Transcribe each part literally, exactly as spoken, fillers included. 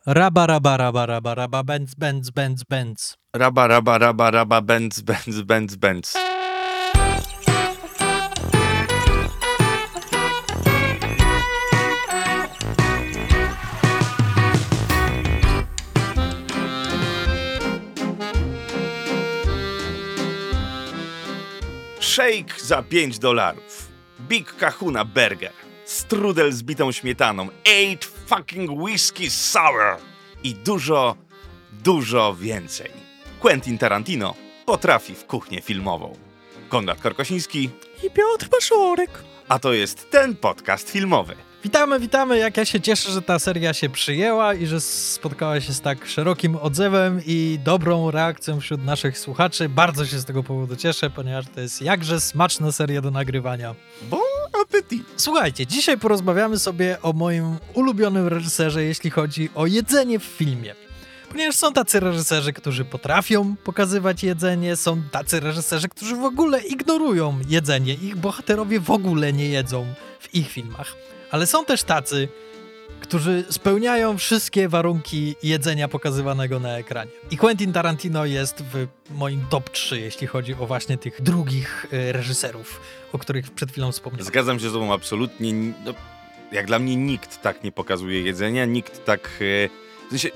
Raba, raba, raba, raba, raba, benz, benz, benz, benz. Raba, raba, raba, raba, benz, benz, benz, benz. Shake za pięć dolarów. Big Kahuna Burger. Strudel z bitą śmietaną. Eight fucking whisky sour. I dużo, dużo więcej. Quentin Tarantino potrafi w kuchnię filmową. Konrad Korkosiński I Piotr Paszorek. A to jest ten podcast filmowy. Witamy, witamy. Jak ja się cieszę, że ta seria się przyjęła i że spotkała się z tak szerokim odzewem i dobrą reakcją wśród naszych słuchaczy. Bardzo się z tego powodu cieszę, ponieważ to jest jakże smaczna seria do nagrywania. Bon appetit! Słuchajcie, dzisiaj porozmawiamy sobie o moim ulubionym reżyserze, jeśli chodzi o jedzenie w filmie. Ponieważ są tacy reżyserzy, którzy potrafią pokazywać jedzenie, są tacy reżyserzy, którzy w ogóle ignorują jedzenie. Ich bohaterowie w ogóle nie jedzą w ich filmach. Ale są też tacy, którzy spełniają wszystkie warunki jedzenia pokazywanego na ekranie. I Quentin Tarantino jest w moim top trzy, jeśli chodzi o właśnie tych drugich reżyserów, o których przed chwilą wspomniałem. Zgadzam się z tobą absolutnie. No, jak dla mnie nikt tak nie pokazuje jedzenia, nikt tak... W sensie,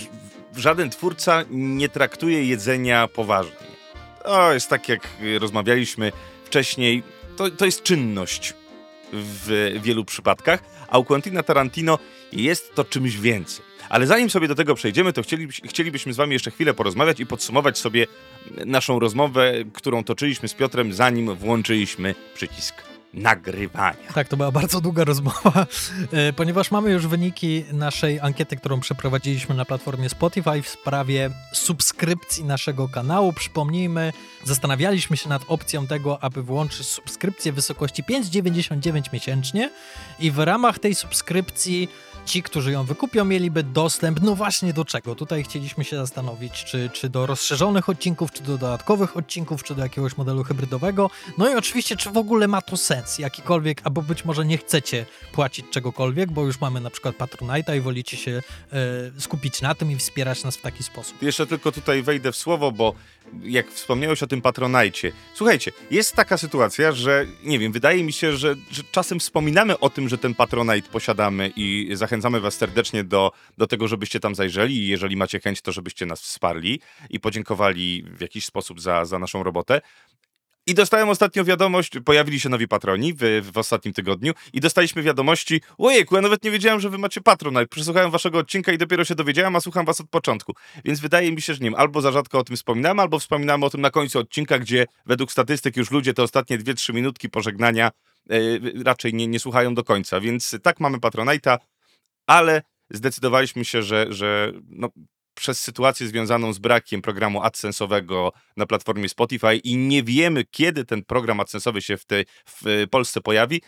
żaden twórca nie traktuje jedzenia poważnie. To jest tak, jak rozmawialiśmy wcześniej, to, to jest czynność w wielu przypadkach, a u Quentina Tarantino jest to czymś więcej. Ale zanim sobie do tego przejdziemy, to chcielibyś, chcielibyśmy z wami jeszcze chwilę porozmawiać i podsumować sobie naszą rozmowę, którą toczyliśmy z Piotrem, zanim włączyliśmy przycisk nagrywania. Tak, to była bardzo długa rozmowa, ponieważ mamy już wyniki naszej ankiety, którą przeprowadziliśmy na platformie Spotify w sprawie subskrypcji naszego kanału. Przypomnijmy, zastanawialiśmy się nad opcją tego, aby włączyć subskrypcję w wysokości pięć dziewięćdziesiąt dziewięć miesięcznie i w ramach tej subskrypcji ci, którzy ją wykupią, mieliby dostęp, no właśnie do czego? Tutaj chcieliśmy się zastanowić, czy, czy do rozszerzonych odcinków, czy do dodatkowych odcinków, czy do jakiegoś modelu hybrydowego. No i oczywiście, czy w ogóle ma to sens jakikolwiek, albo być może nie chcecie płacić czegokolwiek, bo już mamy na przykład Patronite'a i wolicie się e, skupić na tym i wspierać nas w taki sposób. Jeszcze tylko tutaj wejdę w słowo, bo jak wspomniałeś o tym Patronite'cie, słuchajcie, jest taka sytuacja, że nie wiem, wydaje mi się, że, że czasem wspominamy o tym, że ten Patronite posiadamy i zachęcamy was serdecznie do, do tego, żebyście tam zajrzeli i jeżeli macie chęć, to żebyście nas wsparli i podziękowali w jakiś sposób za, za naszą robotę. I dostałem ostatnio wiadomość, pojawili się nowi patroni w, w ostatnim tygodniu i dostaliśmy wiadomości, ojejku, ja nawet nie wiedziałem, że wy macie Patronite, przesłuchałem waszego odcinka i dopiero się dowiedziałem, a słucham was od początku. Więc wydaje mi się, że nie wiem, albo za rzadko o tym wspominamy, albo wspominamy o tym na końcu odcinka, gdzie według statystyk już ludzie te ostatnie dwie trzy minutki pożegnania yy, raczej nie, nie słuchają do końca. Więc tak, mamy Patronite'a, ale zdecydowaliśmy się, że, że no, przez sytuację związaną z brakiem programu AdSense'owego na platformie Spotify i nie wiemy, kiedy ten program AdSense'owy się w, tej, w Polsce pojawi,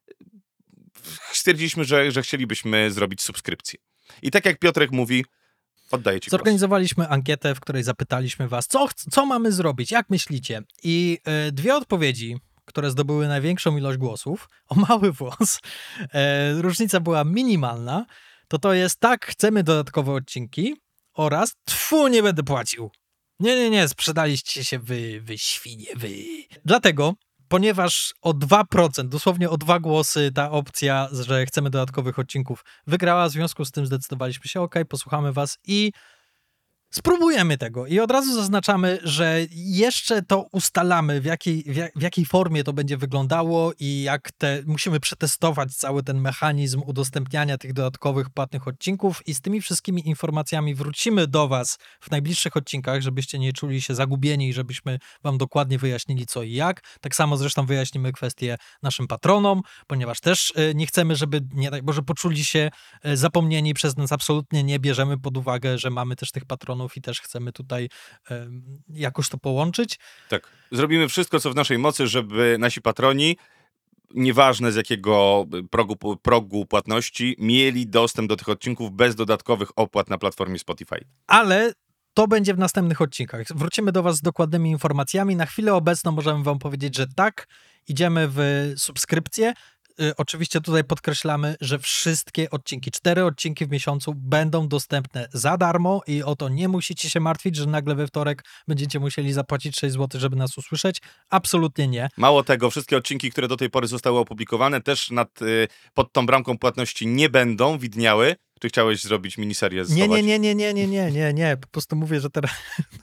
stwierdziliśmy, że, że chcielibyśmy zrobić subskrypcję. I tak jak Piotrek mówi, oddaję ci głos. Zorganizowaliśmy ankietę, w której zapytaliśmy was, co, co mamy zrobić, jak myślicie? I y, dwie odpowiedzi, które zdobyły największą ilość głosów, o mały włos, y, różnica była minimalna, to to jest tak, chcemy dodatkowe odcinki, oraz tfu, nie będę płacił. Nie, nie, nie, sprzedaliście się wy, wy świnie, wy. Dlatego, ponieważ o dwa procent, dosłownie o dwa głosy ta opcja, że chcemy dodatkowych odcinków wygrała, w związku z tym zdecydowaliśmy się, ok, posłuchamy was i spróbujemy tego. I od razu zaznaczamy, że jeszcze to ustalamy, w jakiej, w, jak, w jakiej formie to będzie wyglądało i jak te, musimy przetestować cały ten mechanizm udostępniania tych dodatkowych płatnych odcinków i z tymi wszystkimi informacjami wrócimy do was w najbliższych odcinkach, żebyście nie czuli się zagubieni i żebyśmy wam dokładnie wyjaśnili co i jak. Tak samo zresztą wyjaśnimy kwestię naszym patronom, ponieważ też nie chcemy, żeby, nie daj Boże, poczuli się zapomnieni przez nas. Absolutnie nie bierzemy pod uwagę, że mamy też tych patronów i też chcemy tutaj um, jakoś to połączyć. Tak. Zrobimy wszystko, co w naszej mocy, żeby nasi patroni, nieważne z jakiego progu, progu płatności, mieli dostęp do tych odcinków bez dodatkowych opłat na platformie Spotify. Ale to będzie w następnych odcinkach. Wrócimy do was z dokładnymi informacjami. Na chwilę obecną możemy wam powiedzieć, że tak, idziemy w subskrypcję. y, oczywiście tutaj podkreślamy, że wszystkie odcinki, cztery odcinki w miesiącu będą dostępne za darmo i o to nie musicie się martwić, że nagle we wtorek będziecie musieli zapłacić sześć złotych, żeby nas usłyszeć. Absolutnie nie. Mało tego, wszystkie odcinki, które do tej pory zostały opublikowane, też nad, y, pod tą bramką płatności nie będą widniały. Czy chciałeś zrobić miniserię? Nie, nie, nie, nie, nie, nie, nie, nie, nie. Po prostu mówię, że teraz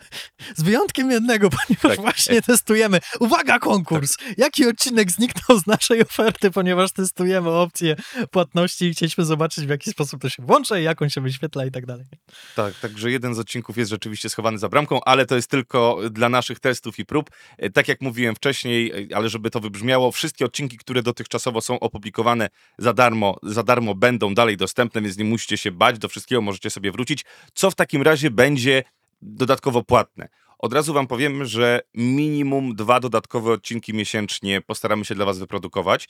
z wyjątkiem jednego, ponieważ Tak. właśnie testujemy. Uwaga, konkurs! Tak. Jaki odcinek zniknął z naszej oferty, ponieważ testujemy opcję płatności i chcieliśmy zobaczyć, w jaki sposób to się włącza i jak on się wyświetla i tak dalej. Tak, także jeden z odcinków jest rzeczywiście schowany za bramką, ale to jest tylko dla naszych testów i prób. Tak jak mówiłem wcześniej, ale żeby to wybrzmiało, wszystkie odcinki, które dotychczasowo są opublikowane za darmo, za darmo będą dalej dostępne, więc nie musicie się bać, do wszystkiego możecie sobie wrócić. Co w takim razie będzie dodatkowo płatne? Od razu wam powiem, że minimum dwa dodatkowe odcinki miesięcznie postaramy się dla was wyprodukować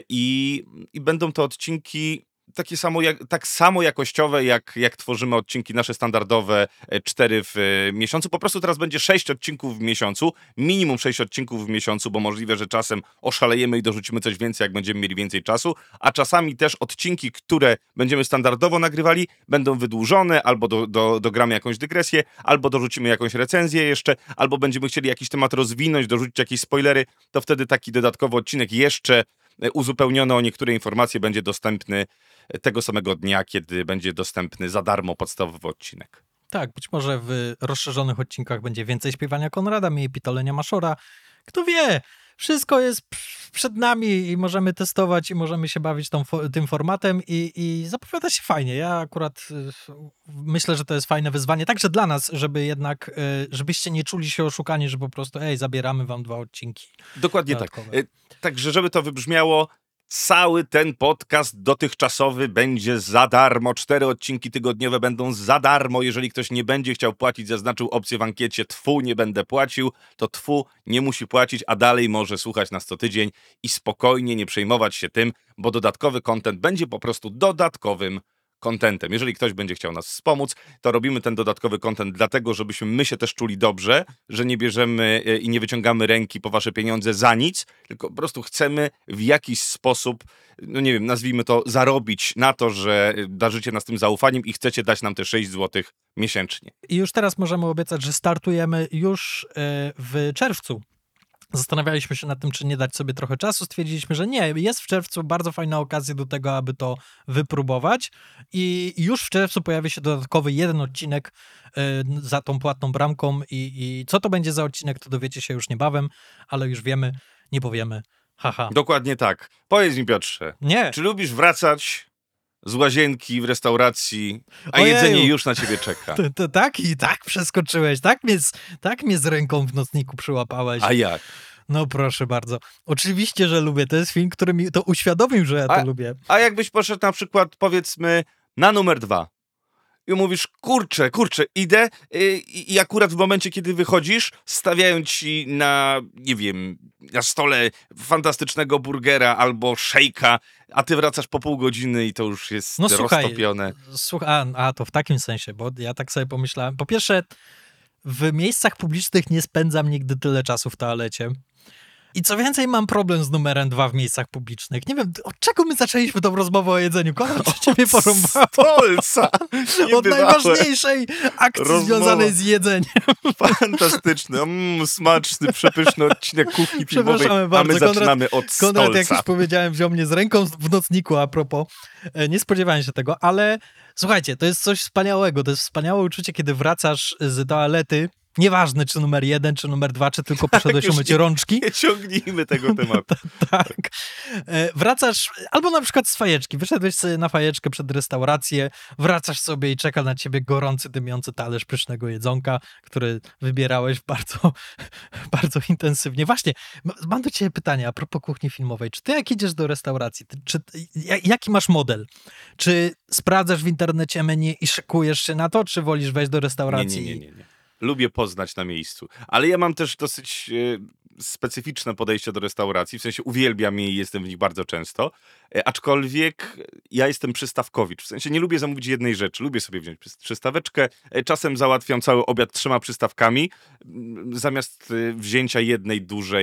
i, i będą to odcinki takie samo, jak, tak samo jakościowe, jak, jak tworzymy odcinki nasze standardowe, cztery w miesiącu. Po prostu teraz będzie sześć odcinków w miesiącu, minimum sześć odcinków w miesiącu, bo możliwe, że czasem oszalejemy i dorzucimy coś więcej, jak będziemy mieli więcej czasu, a czasami też odcinki, które będziemy standardowo nagrywali, będą wydłużone, albo do, do, dogramy jakąś dygresję, albo dorzucimy jakąś recenzję jeszcze, albo będziemy chcieli jakiś temat rozwinąć, dorzucić jakieś spoilery, to wtedy taki dodatkowy odcinek jeszcze uzupełniony o niektóre informacje będzie dostępny tego samego dnia, kiedy będzie dostępny za darmo podstawowy odcinek. Tak, być może w rozszerzonych odcinkach będzie więcej śpiewania Konrada, mniej pitolenia Maszora. Kto wie, wszystko jest przed nami i możemy testować i możemy się bawić tą, tym formatem i, i zapowiada się fajnie. Ja akurat y, myślę, że to jest fajne wyzwanie, także dla nas, żeby jednak, y, żebyście nie czuli się oszukani, że po prostu ej, zabieramy wam dwa odcinki. Dokładnie dodatkowe. tak. Także żeby to wybrzmiało, cały ten podcast dotychczasowy będzie za darmo. Cztery odcinki tygodniowe będą za darmo. Jeżeli ktoś nie będzie chciał płacić, zaznaczył opcję w ankiecie tfu, nie będę płacił, to tfu, nie musi płacić, a dalej może słuchać nas co tydzień i spokojnie nie przejmować się tym, bo dodatkowy content będzie po prostu dodatkowym contentem. Jeżeli ktoś będzie chciał nas wspomóc, to robimy ten dodatkowy content dlatego, żebyśmy my się też czuli dobrze, że nie bierzemy i nie wyciągamy ręki po wasze pieniądze za nic, tylko po prostu chcemy w jakiś sposób, no nie wiem, nazwijmy to, zarobić na to, że darzycie nas tym zaufaniem i chcecie dać nam te sześć złotych miesięcznie. I już teraz możemy obiecać, że startujemy już w czerwcu. Zastanawialiśmy się nad tym, czy nie dać sobie trochę czasu. Stwierdziliśmy, że nie. Jest w czerwcu bardzo fajna okazja do tego, aby to wypróbować. I już w czerwcu pojawi się dodatkowy jeden odcinek y, za tą płatną bramką. I, I co to będzie za odcinek, to dowiecie się już niebawem, ale już wiemy, nie powiemy. Haha. Dokładnie tak. Powiedz mi, Piotrze, Nie. czy lubisz wracać z łazienki w restauracji, a Ojeju. jedzenie już na ciebie czeka? To, to tak i tak przeskoczyłeś. Tak mnie, z, tak mnie z ręką w nocniku przyłapałeś. A jak? No proszę bardzo. Oczywiście, że lubię. To jest film, który mi to uświadomił, że ja A- to lubię. A jakbyś poszedł na przykład, powiedzmy, na numer dwa i mówisz, kurczę, kurczę, idę yy, i akurat w momencie, kiedy wychodzisz, stawiają ci na, nie wiem, na stole fantastycznego burgera albo szejka, a ty wracasz po pół godziny i to już jest No słuchaj, roztopione. Słuchaj, a, a to w takim sensie, bo ja tak sobie pomyślałem. Po pierwsze, w miejscach publicznych nie spędzam nigdy tyle czasu w toalecie. I co więcej, mam problem z numerem dwa w miejscach publicznych. Nie wiem, od czego my zaczęliśmy tą rozmowę o jedzeniu? Konrad, czy ciebie porąbało? Stolca! Od najważniejszej akcji Rozmowa. związanej z jedzeniem. Fantastyczny, mm, smaczny, przepyszny odcinek kuchni filmowej, Przepraszamy a bardzo, my Konrad- zaczynamy od Konrad, jak już stolca. powiedziałem, wziął mnie z ręką w nocniku, a propos. E, Nie spodziewałem się tego, ale słuchajcie, to jest coś wspaniałego. To jest wspaniałe uczucie, kiedy wracasz z toalety. Nieważne, czy numer jeden, czy numer dwa, czy tylko poszedłeś już umyć nie- rączki. Nie ciągnijmy tego tematu. Tak. E, Wracasz, albo na przykład z fajeczki. Wyszedłeś sobie na fajeczkę przed restaurację, wracasz sobie i czeka na ciebie gorący, dymiący talerz pysznego jedzonka, który wybierałeś bardzo, bardzo intensywnie. Właśnie, m- mam do ciebie pytanie a propos kuchni filmowej. Czy ty jak idziesz do restauracji, ty, czy, ja- jaki masz model? Czy sprawdzasz w internecie menu i szykujesz się na to, czy wolisz wejść do Nie, restauracji? nie, nie, nie, nie. Lubię poznać na miejscu. Ale ja mam też dosyć e, specyficzne podejście do restauracji, w sensie uwielbiam je i jestem w nich bardzo często, e, aczkolwiek ja jestem przystawkowicz, w sensie nie lubię zamówić jednej rzeczy, lubię sobie wziąć przy- przystaweczkę, e, czasem załatwiam cały obiad trzema przystawkami, m, zamiast e, wzięcia jednej dużej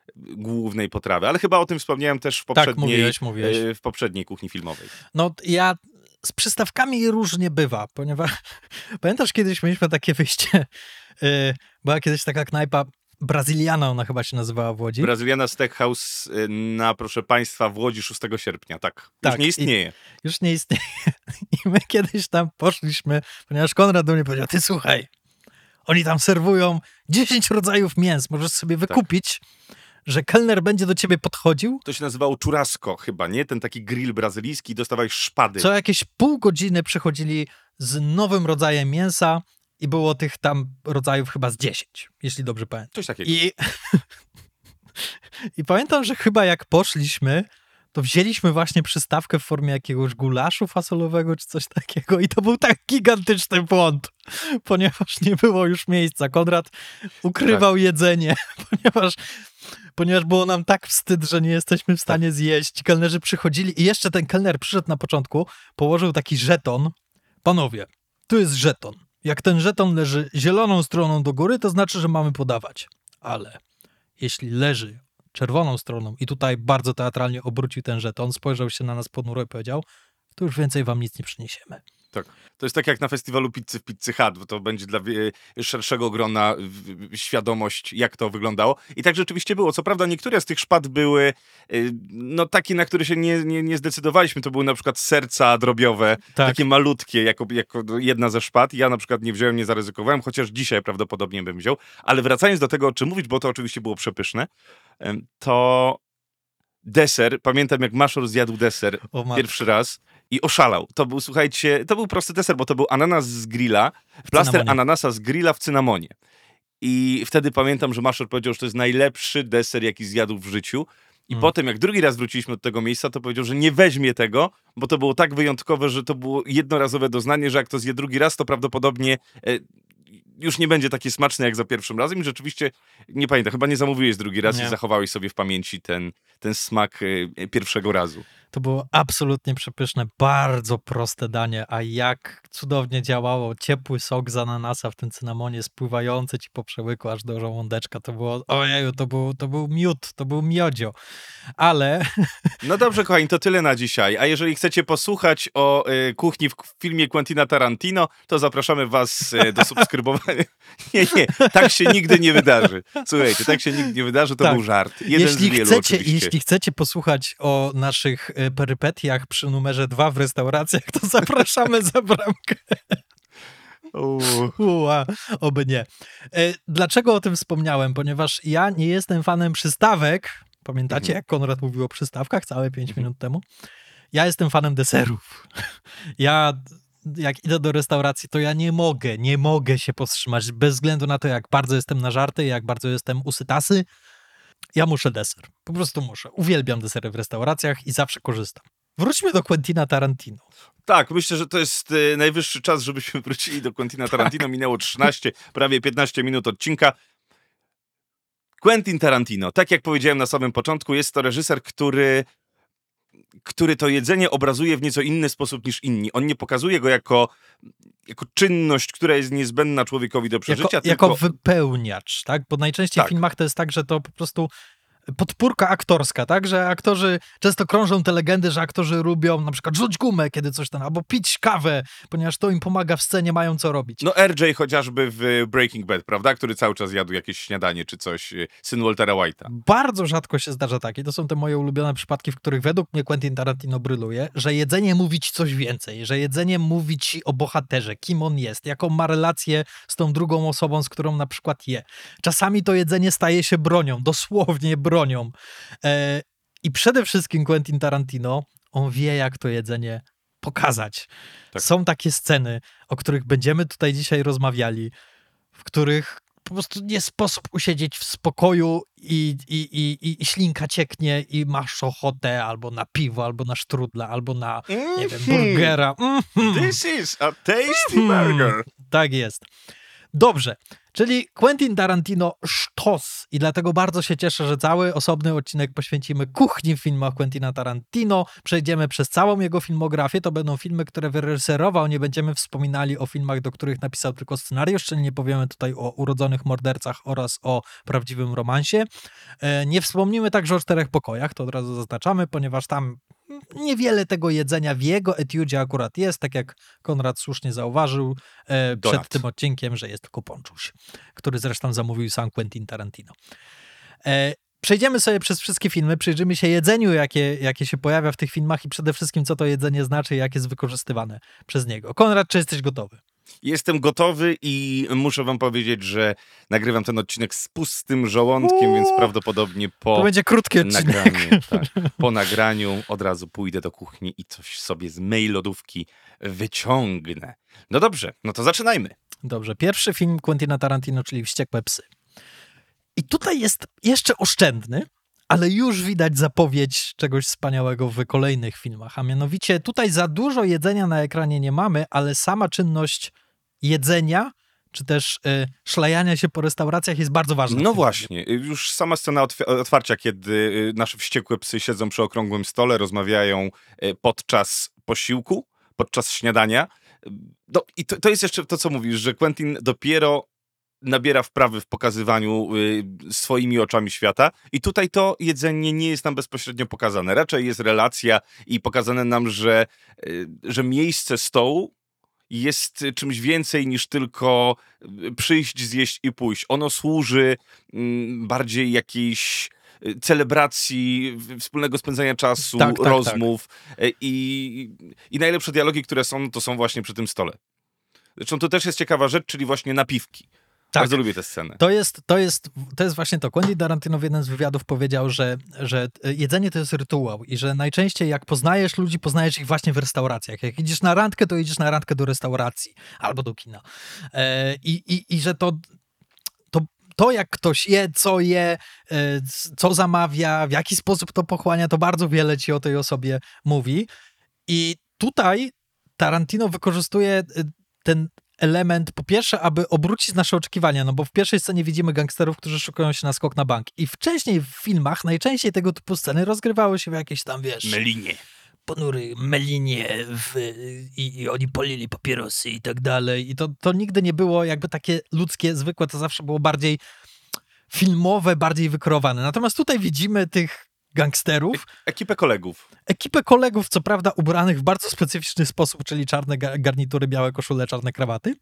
głównej potrawy. Ale chyba o tym wspomniałem też w Tak, poprzedniej, mówiłeś, mówiłeś. e, w poprzedniej kuchni filmowej. No ja z przystawkami różnie bywa, ponieważ pamiętasz, kiedyś mieliśmy takie wyjście, yy, była kiedyś taka knajpa Brazyliana, ona chyba się nazywała w Łodzi. Brazyliana Steakhouse y, na, proszę państwa, w Łodzi szóstego sierpnia, tak. Tak, Już nie istnieje. Już nie istnieje. I my kiedyś tam poszliśmy, ponieważ Konrad do mnie powiedział, ty słuchaj, oni tam serwują dziesięć rodzajów mięs, możesz sobie wykupić, tak. że kelner będzie do ciebie podchodził. To się nazywało churrasco chyba, nie? Ten taki grill brazylijski, dostawałeś szpady. Co jakieś pół godziny przychodzili z nowym rodzajem mięsa i było tych tam rodzajów chyba z dziesięć, jeśli dobrze pamiętam. Coś takiego. I, I pamiętam, że chyba jak poszliśmy, to wzięliśmy właśnie przystawkę w formie jakiegoś gulaszu fasolowego czy coś takiego i to był tak gigantyczny błąd, ponieważ nie było już miejsca. Konrad ukrywał tak. jedzenie, ponieważ, ponieważ było nam tak wstyd, że nie jesteśmy w stanie tak. zjeść. Kelnerzy przychodzili i jeszcze ten kelner przyszedł na początku, położył taki żeton. Panowie, tu jest żeton. Jak ten żeton leży zieloną stroną do góry, to znaczy, że mamy podawać. Ale jeśli leży czerwoną stroną i tutaj bardzo teatralnie obrócił ten żeton, spojrzał się na nas ponuro i powiedział, to już więcej wam nic nie przyniesiemy. Tak. To jest tak jak na festiwalu pizzy w Pizzy Hut, bo to będzie dla szerszego grona świadomość, jak to wyglądało. I tak rzeczywiście było. Co prawda niektóre z tych szpad były no takie, na które się nie, nie, nie zdecydowaliśmy. To były na przykład serca drobiowe, tak. takie malutkie, jako, jako jedna ze szpad. Ja na przykład nie wziąłem, nie zaryzykowałem, chociaż dzisiaj prawdopodobnie bym wziął. Ale wracając do tego, o czym mówić, bo to oczywiście było przepyszne, to deser, pamiętam jak Maszor zjadł deser pierwszy raz i oszalał. To był, słuchajcie, to był prosty deser, bo to był ananas z grilla, plaster ananasa z grilla w cynamonie. I wtedy pamiętam, że Maszor powiedział, że to jest najlepszy deser, jaki zjadł w życiu. I hmm. potem, jak drugi raz wróciliśmy do tego miejsca, to powiedział, że nie weźmie tego, bo to było tak wyjątkowe, że to było jednorazowe doznanie, że jak to zje drugi raz, to prawdopodobnie e, już nie będzie takie smaczne jak za pierwszym razem. I rzeczywiście, nie pamiętam, chyba nie zamówiłeś drugi raz nie. i zachowałeś sobie w pamięci ten, ten smak e, pierwszego razu. To było absolutnie przepyszne, bardzo proste danie, a jak cudownie działało. Ciepły sok z ananasa w tym cynamonie spływający ci po przełyku aż do żołądeczka. To było, ojeju, to był, to był miód, to był miodzio. Ale... No dobrze, kochani, to tyle na dzisiaj. A jeżeli chcecie posłuchać o y, kuchni w filmie Quentina Tarantino, to zapraszamy was y, do subskrybowania. Nie, nie, tak się nigdy nie wydarzy. Słuchajcie, tak się nigdy nie wydarzy, to tak. był żart. Jeden jeśli z wielu chcecie, oczywiście. Jeśli chcecie posłuchać o naszych perypetiach przy numerze dwa w restauracjach, to zapraszamy za bramkę. Ua, oby nie. Dlaczego o tym wspomniałem? Ponieważ ja nie jestem fanem przystawek. Pamiętacie, mhm. jak Konrad mówił o przystawkach całe pięć mhm. minut temu? Ja jestem fanem deserów. Ja jak idę do restauracji, to ja nie mogę, nie mogę się powstrzymać, bez względu na to, jak bardzo jestem na żarty, jak bardzo jestem usytasy. Ja muszę deser. Po prostu muszę. Uwielbiam desery w restauracjach i zawsze korzystam. Wróćmy do Quentina Tarantino. Tak, myślę, że to jest y, najwyższy czas, żebyśmy wrócili do Quentina Tarantino. Tak. Minęło trzynaście, prawie piętnaście minut odcinka. Quentin Tarantino, tak jak powiedziałem na samym początku, jest to reżyser, który, który to jedzenie obrazuje w nieco inny sposób niż inni. On nie pokazuje go jako, jako czynność, która jest niezbędna człowiekowi do przeżycia. Jako, tylko... jako wypełniacz, tak? Bo najczęściej tak. w filmach to jest tak, że to po prostu podpórka aktorska, tak? Że aktorzy, często krążą te legendy, że aktorzy lubią na przykład rzuć gumę, kiedy coś tam, albo pić kawę, ponieważ to im pomaga w scenie, mają co robić. No R J chociażby w Breaking Bad, prawda? Który cały czas jadł jakieś śniadanie czy coś, syn Waltera White'a. Bardzo rzadko się zdarza tak i to są te moje ulubione przypadki, w których według mnie Quentin Tarantino bryluje, że jedzenie mówi ci coś więcej, że jedzenie mówi ci o bohaterze, kim on jest, jaką ma relację z tą drugą osobą, z którą na przykład je. Czasami to jedzenie staje się bronią, dosłownie bronią. bronią. E, I przede wszystkim Quentin Tarantino, on wie, jak to jedzenie pokazać. Tak. Są takie sceny, o których będziemy tutaj dzisiaj rozmawiali, w których po prostu nie sposób usiedzieć w spokoju i, i, i, i ślinka cieknie i masz ochotę albo na piwo, albo na sztrudla, albo na, mm-hmm. nie wiem, burgera. Mm-hmm. This is a tasty mm-hmm. burger. Tak jest. Dobrze, czyli Quentin Tarantino sztos i dlatego bardzo się cieszę, że cały osobny odcinek poświęcimy kuchni w filmach Quentina Tarantino. Przejdziemy przez całą jego filmografię, to będą filmy, które wyreżyserował, nie będziemy wspominali o filmach, do których napisał tylko scenariusz, czyli nie powiemy tutaj o Urodzonych mordercach oraz o Prawdziwym romansie. Nie wspomnimy także o Czterech pokojach, to od razu zaznaczamy, ponieważ tam niewiele tego jedzenia w jego etiudzie akurat jest, tak jak Konrad słusznie zauważył e, przed tym odcinkiem, że jest tylko ponczuś, który zresztą zamówił sam Quentin Tarantino. E, przejdziemy sobie przez wszystkie filmy, przyjrzymy się jedzeniu, jakie, jakie się pojawia w tych filmach i przede wszystkim, co to jedzenie znaczy i jak jest wykorzystywane przez niego. Konrad, czy jesteś gotowy? Jestem gotowy i muszę wam powiedzieć, że nagrywam ten odcinek z pustym żołądkiem, Uuu, więc prawdopodobnie po to będzie krótki odcinek. nagraniu, tak, po nagraniu od razu pójdę do kuchni i coś sobie z mej lodówki wyciągnę. No dobrze, no to zaczynajmy. Dobrze, pierwszy film Quentina Tarantino, czyli Wściekłe psy. I tutaj jest jeszcze oszczędny, ale już widać zapowiedź czegoś wspaniałego w kolejnych filmach, a mianowicie tutaj za dużo jedzenia na ekranie nie mamy, ale sama czynność jedzenia, czy też y, szlajania się po restauracjach jest bardzo ważna. No właśnie, już sama scena otwarcia, kiedy nasze wściekłe psy siedzą przy okrągłym stole, rozmawiają podczas posiłku, podczas śniadania. No i to, to jest jeszcze to, co mówisz, że Quentin dopiero nabiera wprawy w pokazywaniu y, swoimi oczami świata i tutaj to jedzenie nie jest nam bezpośrednio pokazane. Raczej jest relacja i pokazane nam, że, y, że miejsce stołu jest czymś więcej niż tylko przyjść, zjeść i pójść. Ono służy y, bardziej jakiejś celebracji, wspólnego spędzania czasu, tak, tak, rozmów tak. I, i najlepsze dialogi, które są, to są właśnie przy tym stole. Zresztą to też jest ciekawa rzecz, czyli właśnie napiwki. Tak, bardzo lubię tę scenę. To jest, to, jest, to jest właśnie to. Quentin Tarantino w jednym z wywiadów powiedział, że, że jedzenie to jest rytuał i że najczęściej jak poznajesz ludzi, poznajesz ich właśnie w restauracjach. Jak idziesz na randkę, to idziesz na randkę do restauracji albo do kina. E, i, i, I że to, to, to jak ktoś je, co je, e, co zamawia, w jaki sposób to pochłania, to bardzo wiele ci o tej osobie mówi. I tutaj Tarantino wykorzystuje ten element, po pierwsze, aby obrócić nasze oczekiwania, no bo w pierwszej scenie widzimy gangsterów, którzy szukają się na skok na bank. I wcześniej w filmach najczęściej tego typu sceny rozgrywały się w jakiejś tam, wiesz... Melinie. Ponury melinie w, i, i oni polili papierosy i tak dalej. I to, to nigdy nie było jakby takie ludzkie, zwykłe, to zawsze było bardziej filmowe, bardziej wykreowane. Natomiast tutaj widzimy tych gangsterów. Ekipę kolegów. Ekipę kolegów, co prawda ubranych w bardzo specyficzny sposób, czyli czarne garnitury, białe koszule, czarne krawaty,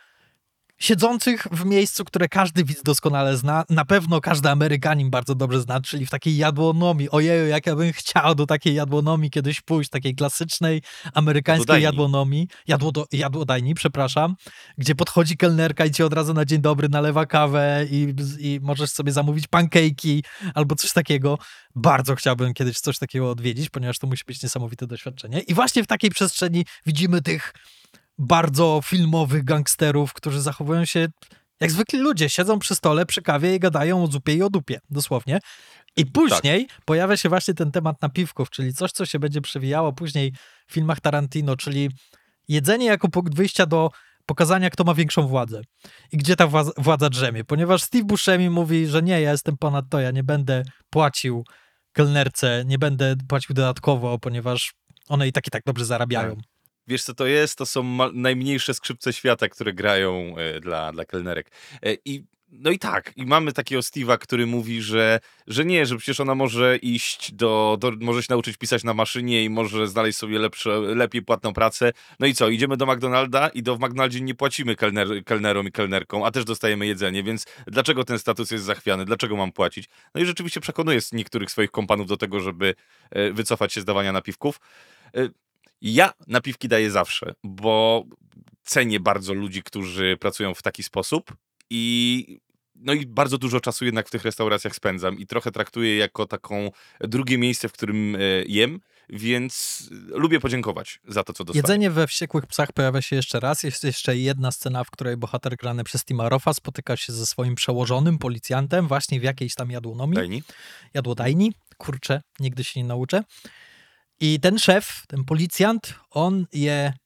siedzących w miejscu, które każdy widz doskonale zna, na pewno każdy Amerykanin bardzo dobrze zna, czyli w takiej jadłonomii. Ojeju, jak ja bym chciał do takiej jadłonomii kiedyś pójść, takiej klasycznej amerykańskiej jadłodajni. jadłonomii, jadłodo, jadłodajni, przepraszam, gdzie podchodzi kelnerka i ci od razu na dzień dobry nalewa kawę i, i możesz sobie zamówić pancake'i albo coś takiego. Bardzo chciałbym kiedyś coś takiego odwiedzić, ponieważ to musi być niesamowite doświadczenie. I właśnie w takiej przestrzeni widzimy tych bardzo filmowych gangsterów, którzy zachowują się jak zwykli ludzie. Siedzą przy stole, przy kawie i gadają o zupie i o dupie, dosłownie. I później tak. pojawia się właśnie ten temat napiwków, czyli coś, co się będzie przewijało później w filmach Tarantino, czyli jedzenie jako punkt wyjścia do pokazania, kto ma większą władzę i gdzie ta władza, władza drzemie. Ponieważ Steve Buscemi mówi, że nie, ja jestem ponad to, ja nie będę płacił kelnerce, nie będę płacił dodatkowo, ponieważ one i tak i tak dobrze zarabiają. Tak. Wiesz, co to jest? To są ma- najmniejsze skrzypce świata, które grają e, dla, dla kelnerek. E, i, no i tak, i mamy takiego Steve'a, który mówi, że, że nie, że przecież ona może iść do, do... może się nauczyć pisać na maszynie i może znaleźć sobie lepsze, lepiej płatną pracę. No i co? Idziemy do McDonalda i do w McDonaldzie nie płacimy kelner, kelnerom i kelnerkom, a też dostajemy jedzenie, więc dlaczego ten status jest zachwiany? Dlaczego mam płacić? No i rzeczywiście przekonuje niektórych swoich kompanów do tego, żeby e, wycofać się z dawania napiwków. E, Ja napiwki daję zawsze, bo cenię bardzo ludzi, którzy pracują w taki sposób i no i bardzo dużo czasu jednak w tych restauracjach spędzam i trochę traktuję jako taką drugie miejsce, w którym jem, więc lubię podziękować za to, co dostaję. Jedzenie we Wściekłych psach pojawia się jeszcze raz. Jest jeszcze jedna scena, w której bohater grany przez Tima Roffa spotyka się ze swoim przełożonym, policjantem, właśnie w jakiejś tam jadłonomii. Dajni? Jadłodajni. Kurczę, nigdy się nie nauczę. I ten szef, ten policjant, on je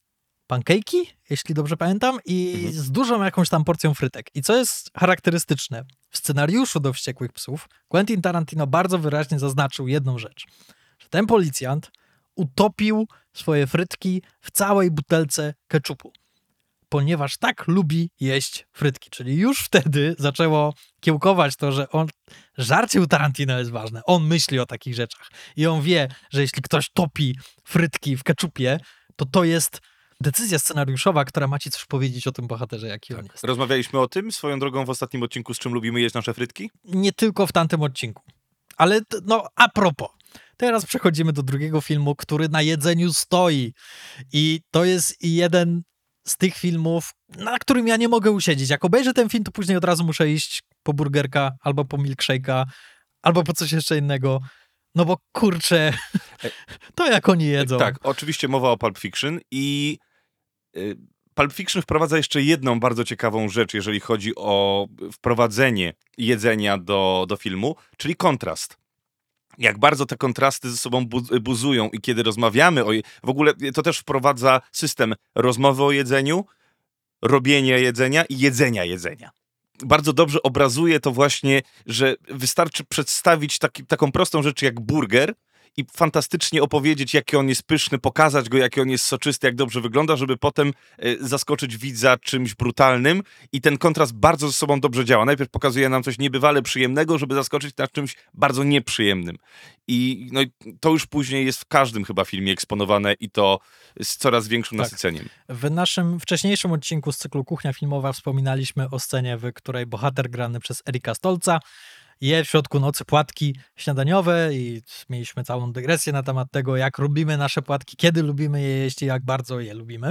pancake'i, jeśli dobrze pamiętam, i Mhm. z dużą jakąś tam porcją frytek. I co jest charakterystyczne, w scenariuszu do Wściekłych Psów Quentin Tarantino bardzo wyraźnie zaznaczył jedną rzecz, że ten policjant utopił swoje frytki w całej butelce keczupu, ponieważ tak lubi jeść frytki. Czyli już wtedy zaczęło kiełkować to, że on, żarcie u Tarantino jest ważne. On myśli o takich rzeczach. I on wie, że jeśli ktoś topi frytki w keczupie, to to jest decyzja scenariuszowa, która ma ci coś powiedzieć o tym bohaterze, jaki on jest. Rozmawialiśmy o tym swoją drogą w ostatnim odcinku, z czym lubimy jeść nasze frytki? Nie tylko w tamtym odcinku. Ale t- no, a propos. Teraz przechodzimy do drugiego filmu, który na jedzeniu stoi. I to jest jeden z tych filmów, na którym ja nie mogę usiedzieć. Jak obejrzę ten film, to później od razu muszę iść po burgerka, albo po milkshake'a, albo po coś jeszcze innego. No bo kurczę, to jak oni jedzą. Tak, oczywiście mowa o Pulp Fiction i y, Pulp Fiction wprowadza jeszcze jedną bardzo ciekawą rzecz, jeżeli chodzi o wprowadzenie jedzenia do, do filmu, czyli kontrast. Jak bardzo te kontrasty ze sobą bu- buzują i kiedy rozmawiamy o... Je- w ogóle to też wprowadza system rozmowy o jedzeniu, robienia jedzenia i jedzenia jedzenia. Bardzo dobrze obrazuje to właśnie, że wystarczy przedstawić taki, taką prostą rzecz jak burger i fantastycznie opowiedzieć, jaki on jest pyszny, pokazać go, jaki on jest soczysty, jak dobrze wygląda, żeby potem y, zaskoczyć widza czymś brutalnym i ten kontrast bardzo ze sobą dobrze działa. Najpierw pokazuje nam coś niebywale przyjemnego, żeby zaskoczyć na czymś bardzo nieprzyjemnym. I no, i to już później jest w każdym chyba filmie eksponowane i to z coraz większym Tak. nasyceniem. W naszym wcześniejszym odcinku z cyklu Kuchnia Filmowa wspominaliśmy o scenie, w której bohater grany przez Erika Stolca je w środku nocy płatki śniadaniowe i mieliśmy całą dygresję na temat tego, jak lubimy nasze płatki, kiedy lubimy je jeść i jak bardzo je lubimy.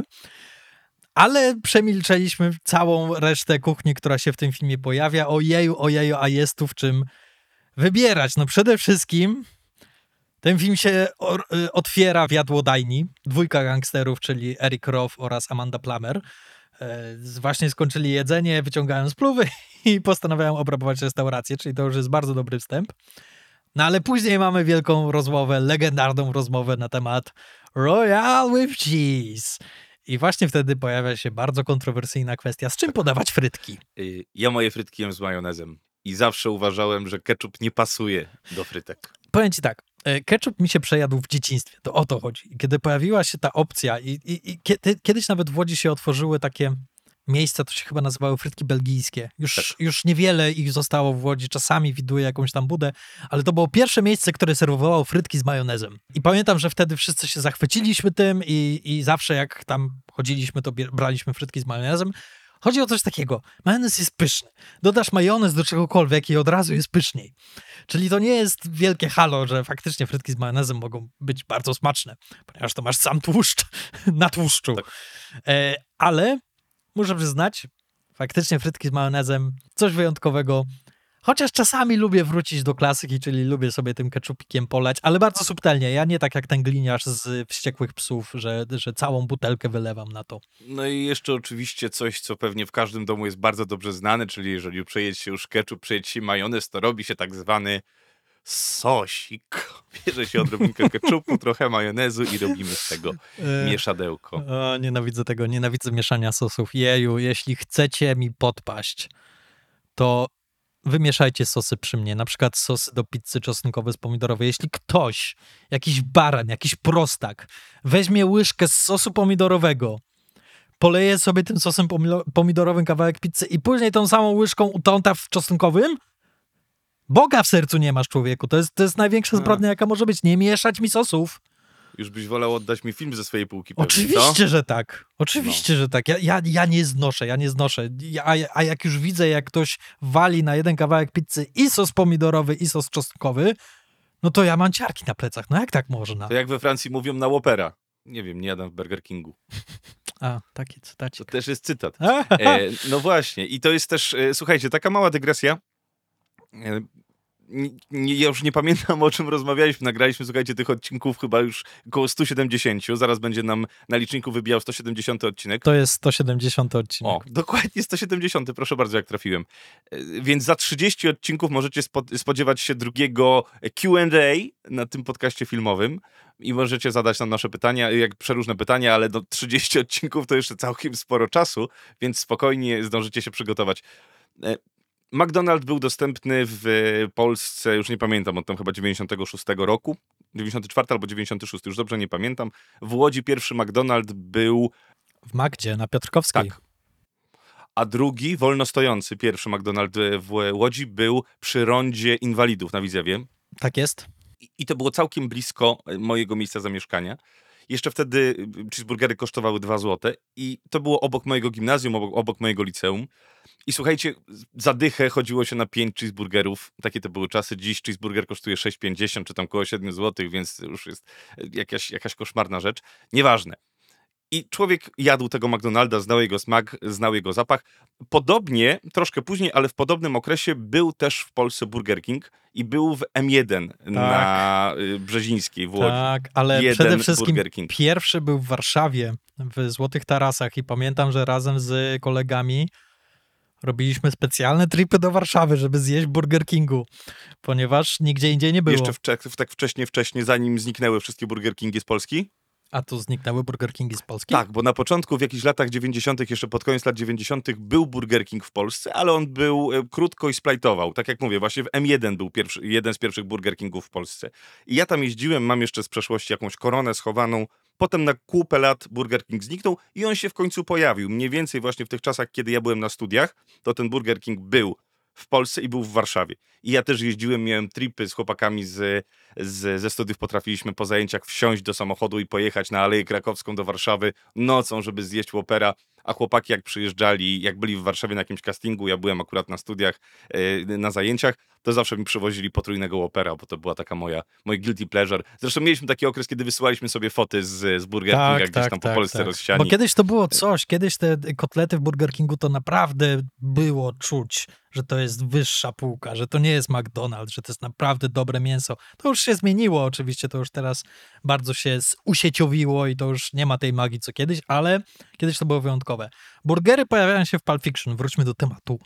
Ale przemilczeliśmy całą resztę kuchni, która się w tym filmie pojawia. Ojeju, ojeju, a jest tu w czym wybierać. No przede wszystkim ten film się or, y, otwiera w jadłodajni. Dwójka gangsterów, czyli Eric Roth oraz Amanda Plummer, e, właśnie skończyli jedzenie, wyciągają spluwy i postanawiają obrabować restaurację, czyli to już jest bardzo dobry wstęp. No ale później mamy wielką rozmowę, legendarną rozmowę na temat Royal with Cheese. I właśnie wtedy pojawia się bardzo kontrowersyjna kwestia, z czym podawać frytki. Y, Ja moje frytki jem z majonezem i zawsze uważałem, że ketchup nie pasuje do frytek. Powiem ci tak, e, ketchup mi się przejadł w dzieciństwie, to o to chodzi. I kiedy pojawiła się ta opcja i, i, i kiedy, kiedyś nawet w Łodzi się otworzyły takie miejsca, to się chyba nazywały frytki belgijskie. Już, Tak. już niewiele ich zostało w Łodzi, czasami widuję jakąś tam budę, ale to było pierwsze miejsce, które serwowało frytki z majonezem. I pamiętam, że wtedy wszyscy się zachwyciliśmy tym i, i zawsze jak tam chodziliśmy, to bier- braliśmy frytki z majonezem. Chodzi o coś takiego, majonez jest pyszny. Dodasz majonez do czegokolwiek i od razu jest pyszniej. Czyli to nie jest wielkie halo, że faktycznie frytki z majonezem mogą być bardzo smaczne, ponieważ to masz sam tłuszcz na tłuszczu. Tak. E, ale muszę przyznać, faktycznie frytki z majonezem, coś wyjątkowego. Chociaż czasami lubię wrócić do klasyki, czyli lubię sobie tym keczupikiem polać, ale bardzo subtelnie. Ja nie tak jak ten gliniarz z Wściekłych Psów, że, że całą butelkę wylewam na to. No i jeszcze oczywiście coś, co pewnie w każdym domu jest bardzo dobrze znane, czyli jeżeli przejedzie się już ketchup, przejedzie się majonez, to robi się tak zwany sosik. Bierze się odrobinkę ketchupu, trochę majonezu i robimy z tego mieszadełko. O, nienawidzę tego, nienawidzę mieszania sosów. Jeju, jeśli chcecie mi podpaść, to wymieszajcie sosy przy mnie, na przykład sosy do pizzy czosnkowe z pomidorowej. Jeśli ktoś, jakiś baran, jakiś prostak, weźmie łyżkę z sosu pomidorowego, poleje sobie tym sosem pomilo- pomidorowym kawałek pizzy i później tą samą łyżką utąta w czosnkowym, Boga w sercu nie masz, człowieku. To jest, to jest największa zbrodnia, jaka może być. Nie mieszać mi sosów. Już byś wolał oddać mi film ze swojej półki pewnie, Oczywiście, co? że tak. Oczywiście, że tak. Ja, ja, ja nie znoszę, ja nie znoszę. Ja, a, a jak już widzę, jak ktoś wali na jeden kawałek pizzy i sos pomidorowy, i sos czosnkowy, no to ja mam ciarki na plecach. No jak tak można? To jak we Francji mówią na Whoppera. Nie wiem, nie jadam w Burger Kingu. A, taki To cytacik. też jest cytat. E, no właśnie. I to jest też, e, słuchajcie, taka mała dygresja. E, nie, ja już nie pamiętam, o czym rozmawialiśmy. Nagraliśmy, słuchajcie, tych odcinków chyba już około sto siedemdziesiąt. Zaraz będzie nam na liczniku wybijał sto siedemdziesiąty odcinek. To jest sto siedemdziesiąty odcinek. O, dokładnie sto siedemdziesiąty. Proszę bardzo, jak trafiłem. E, Więc za trzydzieści odcinków możecie spo- spodziewać się drugiego Q and A na tym podcaście filmowym. i możecie zadać nam nasze pytania, jak przeróżne pytania, ale do trzydzieści odcinków to jeszcze całkiem sporo czasu, więc spokojnie zdążycie się przygotować. McDonald's był dostępny w Polsce, już nie pamiętam, od tam chyba dziewięćdziesiątego szóstego roku, dziewięćdziesiąty czwarty albo dziewięćdziesiąty szósty, już dobrze nie pamiętam. W Łodzi pierwszy McDonald's był... W Magdzie, na Piotrkowskiej. Tak. A drugi, wolno stojący, pierwszy McDonald's w Łodzi był przy rondzie Inwalidów na Widzewie. Tak jest. I to było całkiem blisko mojego miejsca zamieszkania. Jeszcze wtedy cheeseburgery kosztowały dwa złote i to było obok mojego gimnazjum, obok, obok mojego liceum. I słuchajcie, za dychę chodziło się na pięć cheeseburgerów. Takie to były czasy. Dziś cheeseburger kosztuje sześć pięćdziesiąt, czy tam koło siedem złotych, więc już jest jakaś, jakaś koszmarna rzecz. Nieważne. I człowiek jadł tego McDonalda, znał jego smak, znał jego zapach. Podobnie, troszkę później, ale w podobnym okresie był też w Polsce Burger King i był w M jeden tak. na Brzezińskiej w Łodzi. Tak, ale Jeden przede wszystkim Burger King. Pierwszy był w Warszawie, w Złotych Tarasach i pamiętam, że razem z kolegami robiliśmy specjalne tripy do Warszawy, żeby zjeść Burger Kingu, ponieważ nigdzie indziej nie było. Jeszcze w, w, tak wcześnie, wcześnie, zanim zniknęły wszystkie Burger Kingi z Polski? A tu zniknęły Burger Kingi z Polski? Tak, bo na początku, w jakichś latach dziewięćdziesiątych, jeszcze pod koniec lat dziewięćdziesiątych był Burger King w Polsce, ale on był e, krótko i splajtował. Tak jak mówię, właśnie w M jeden był pierwszy, jeden z pierwszych Burger Kingów w Polsce. I ja tam jeździłem, mam jeszcze z przeszłości jakąś koronę schowaną. Potem na kupę lat Burger King zniknął i on się w końcu pojawił. Mniej więcej właśnie w tych czasach, kiedy ja byłem na studiach, to ten Burger King był w Polsce i był w Warszawie. I ja też jeździłem, miałem tripy z chłopakami z, z, ze studiów, potrafiliśmy po zajęciach wsiąść do samochodu i pojechać na Aleję Krakowską do Warszawy nocą, żeby zjeść Whoppera, a chłopaki jak przyjeżdżali, jak byli w Warszawie na jakimś castingu, ja byłem akurat na studiach, yy, na zajęciach, to zawsze mi przywozili potrójnego Whoppera, bo to była taka moja, mój guilty pleasure. Zresztą mieliśmy taki okres, kiedy wysyłaliśmy sobie foty z, z Burger Kinga tak, gdzieś tak, tam po tak, Polsce tak. rozsiani. Bo kiedyś to było coś, kiedyś te kotlety w Burger Kingu to naprawdę było czuć, że to jest wyższa półka, że to nie jest McDonald's, że to jest naprawdę dobre mięso. To już się zmieniło oczywiście, to już teraz bardzo się usieciowiło i to już nie ma tej magii co kiedyś, ale kiedyś to było wyjątkowe. Burgery pojawiają się w Pulp Fiction, wróćmy do tematu.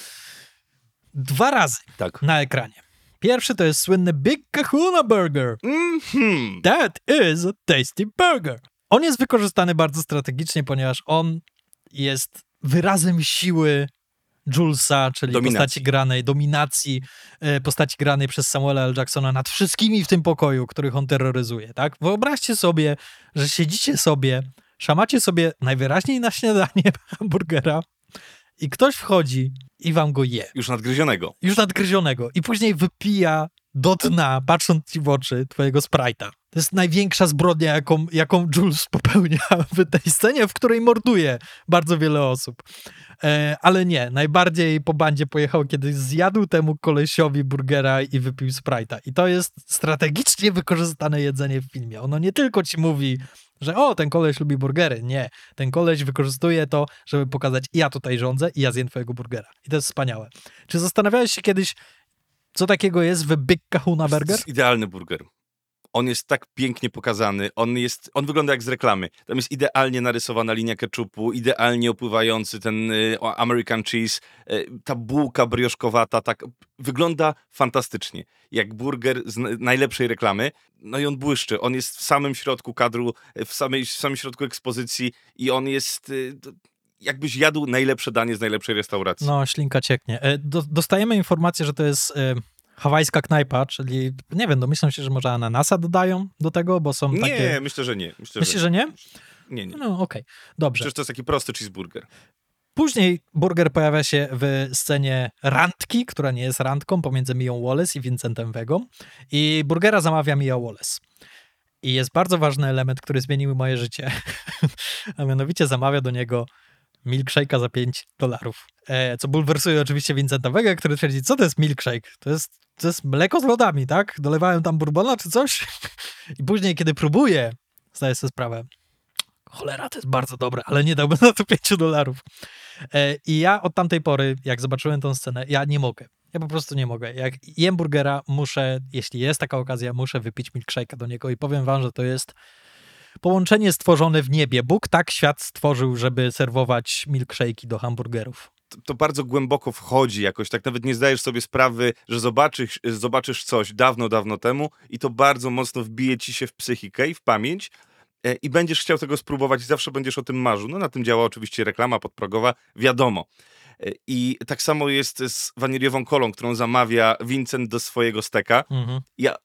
Dwa razy tak. na ekranie. Pierwszy to jest słynny Big Kahuna Burger. Mm-hmm. That is a tasty burger. On jest wykorzystany bardzo strategicznie, ponieważ on jest wyrazem siły Julesa, czyli dominacji. postaci granej, dominacji postaci granej przez Samuela L. Jacksona nad wszystkimi w tym pokoju, których on terroryzuje, tak? Wyobraźcie sobie, że siedzicie sobie, szamacie sobie najwyraźniej na śniadanie hamburgera i ktoś wchodzi i wam go je. Już nadgryzionego. Już nadgryzionego. I później wypija do dna, patrząc ci w oczy, twojego Sprite'a. To jest największa zbrodnia, jaką, jaką Jules popełnia w tej scenie, w której morduje bardzo wiele osób. E, ale nie, najbardziej po bandzie pojechał, kiedy zjadł temu kolesiowi burgera i wypił Sprite'a. I to jest strategicznie wykorzystane jedzenie w filmie. Ono nie tylko ci mówi, że o, ten koleś lubi burgery. Nie, ten koleś wykorzystuje to, żeby pokazać, ja tutaj rządzę i ja zjem twojego burgera. I to jest wspaniałe. Czy zastanawiałeś się kiedyś, co takiego jest w Big Kahuna Burger? To jest idealny burger. On jest tak pięknie pokazany, on jest, on wygląda jak z reklamy. Tam jest idealnie narysowana linia ketchupu, idealnie opływający ten y, American cheese, y, ta bułka brioszkowata, tak wygląda fantastycznie. Jak burger z najlepszej reklamy. No i on błyszczy, on jest w samym środku kadru, w, samej, w samym środku ekspozycji i on jest... Y, jakbyś jadł najlepsze danie z najlepszej restauracji. No, ślinka cieknie. Do, dostajemy informację, że to jest... Y hawajska knajpa, czyli, nie wiem, domyślam się, że może ananasa dodają do tego, bo są takie... Nie, myślę, że nie. Myślę, Myślisz, że, że nie? Nie, nie. No, okej, okay. Dobrze. Przecież to jest taki prosty cheeseburger. Później burger pojawia się w scenie randki, która nie jest randką, pomiędzy Mią Wallace i Vincentem Vegą. I burgera zamawia Mia Wallace. I jest bardzo ważny element, który zmienił moje życie. A mianowicie zamawia do niego milkshake'a za pięć dolarów. E, co bulwersuje oczywiście Vincenta Vegę, który twierdzi, co to jest milkshake? To jest, to jest mleko z lodami, tak? Dolewałem tam bourbona czy coś? I później, kiedy próbuję, zdaję sobie sprawę, cholera, to jest bardzo dobre, ale nie dałbym na to pięć dolarów. E, I ja od tamtej pory, jak zobaczyłem tą scenę, ja nie mogę. Ja po prostu nie mogę. Jak jem burgera, muszę, jeśli jest taka okazja, muszę wypić milkshake'a do niego i powiem wam, że to jest połączenie stworzone w niebie. Bóg tak świat stworzył, żeby serwować milkshake'i do hamburgerów. to, to bardzo głęboko wchodzi jakoś, tak nawet nie zdajesz sobie sprawy, że zobaczysz, zobaczysz coś dawno, dawno temu i to bardzo mocno wbije ci się w psychikę i w pamięć e, i będziesz chciał tego spróbować i zawsze będziesz o tym marzył. No na tym działa oczywiście reklama podprogowa, wiadomo. E, I tak samo jest z waniliową kolą, którą zamawia Vincent do swojego steka. Mhm. Ja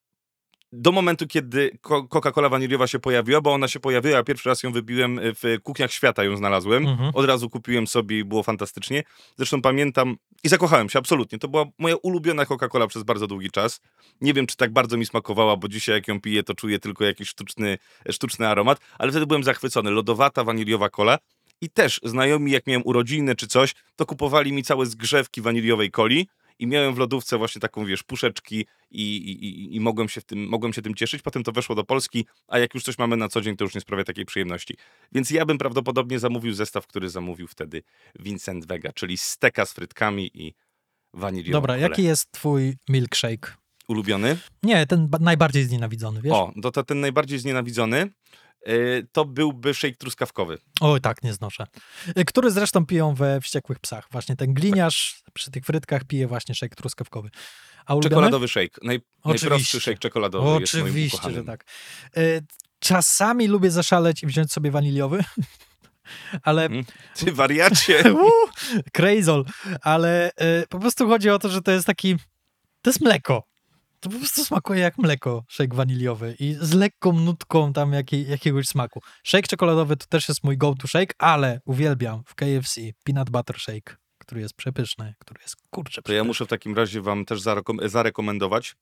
do momentu, kiedy ko- Coca-Cola waniliowa się pojawiła, bo ona się pojawiła, ja pierwszy raz ją wypiłem w Kuchniach Świata, ją znalazłem. Mhm. Od razu kupiłem sobie i było fantastycznie. Zresztą pamiętam i zakochałem się, absolutnie. To była moja ulubiona Coca-Cola przez bardzo długi czas. Nie wiem, czy tak bardzo mi smakowała, bo dzisiaj jak ją piję, to czuję tylko jakiś sztuczny, sztuczny aromat, ale wtedy byłem zachwycony. Lodowata, waniliowa kola. I też znajomi, jak miałem urodziny czy coś, to kupowali mi całe zgrzewki waniliowej coli. I miałem w lodówce właśnie taką, wiesz, puszeczki i, i, i mogłem, się w tym, mogłem się tym cieszyć. Potem to weszło do Polski, a jak już coś mamy na co dzień, to już nie sprawia takiej przyjemności. Więc ja bym prawdopodobnie zamówił zestaw, który zamówił wtedy Vincent Vega, czyli steka z frytkami i waniliową Dobra, kolę. jaki jest twój milkshake? Ulubiony? Nie, ten ba- najbardziej znienawidzony, wiesz? O, to, to ten najbardziej znienawidzony yy, to byłby shake truskawkowy. Oj, tak, nie znoszę. Y, Który zresztą piją we Wściekłych Psach. Właśnie ten gliniarz przy tych frytkach pije właśnie shake truskawkowy. A ulubiony? Czekoladowy shake. Naj, najprostszy Oczywiście. shake czekoladowy jest moim Oczywiście, ukochanym. że tak. Y, Czasami lubię zaszaleć i wziąć sobie waniliowy, ale... Mm. Ty wariacie! Uuu, Crazol. Ale y, po prostu chodzi o to, że to jest taki... To jest mleko. To po prostu smakuje jak mleko, shake waniliowy i z lekką nutką tam jakiej, jakiegoś smaku. Shake czekoladowy to też jest mój go-to shake, ale uwielbiam w K F C peanut butter shake, który jest przepyszny, który jest kurczę To przepyszny. ja muszę w takim razie wam też zarekom- zarekomendować.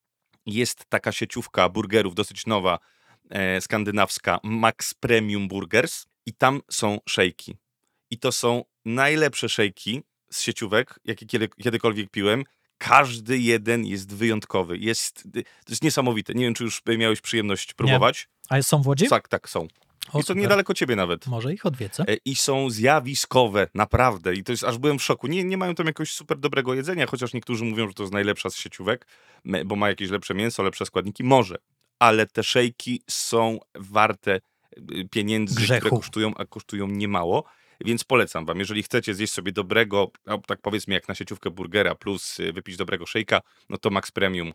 Jest taka sieciówka burgerów, dosyć nowa, e, skandynawska, Max Premium Burgers i tam są szejki. I to są najlepsze szejki z sieciówek, jakie kiedy, kiedykolwiek piłem. Każdy jeden jest wyjątkowy. Jest, to jest niesamowite. Nie wiem, czy już miałeś przyjemność próbować. A są w Łodzi? Tak, tak, są. O, I to super. niedaleko ciebie nawet. Może ich odwiedzę. E, I są zjawiskowe, naprawdę. I to jest, aż byłem w szoku. Nie, nie mają tam jakiegoś super dobrego jedzenia, chociaż niektórzy mówią, że to jest najlepsza z sieciówek, me- bo ma jakieś lepsze mięso, lepsze składniki. Może. Ale te szejki są warte y, pieniędzy, Grzechu. które kosztują, a kosztują niemało. Więc polecam wam, jeżeli chcecie zjeść sobie dobrego, a tak powiedzmy jak na sieciówkę burgera plus y, wypić dobrego szejka, no to Max Premium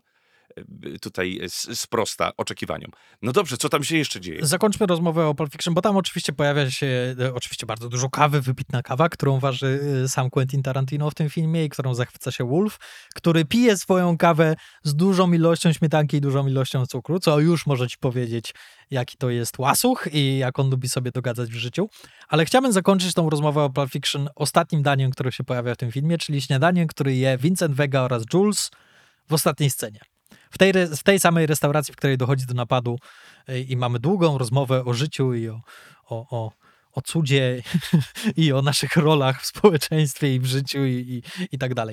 y, tutaj s- sprosta oczekiwaniom. No dobrze, co tam się jeszcze dzieje? Zakończmy rozmowę o Pulp Fiction, bo tam oczywiście pojawia się e, oczywiście bardzo dużo kawy, wypitna kawa, którą waży e, sam Quentin Tarantino w tym filmie i którą zachwyca się Wolf, który pije swoją kawę z dużą ilością śmietanki i dużą ilością cukru, co już może ci powiedzieć, jaki to jest łasuch i jak on lubi sobie dogadzać w życiu. Ale chciałbym zakończyć tą rozmowę o Pulp Fiction ostatnim daniem, które się pojawia w tym filmie, czyli śniadaniem, który je Vincent Vega oraz Jules w ostatniej scenie. W tej, re- w tej samej restauracji, w której dochodzi do napadu y, i mamy długą rozmowę o życiu i o, o, o, o cudzie i o naszych rolach w społeczeństwie i w życiu i, i, i tak dalej.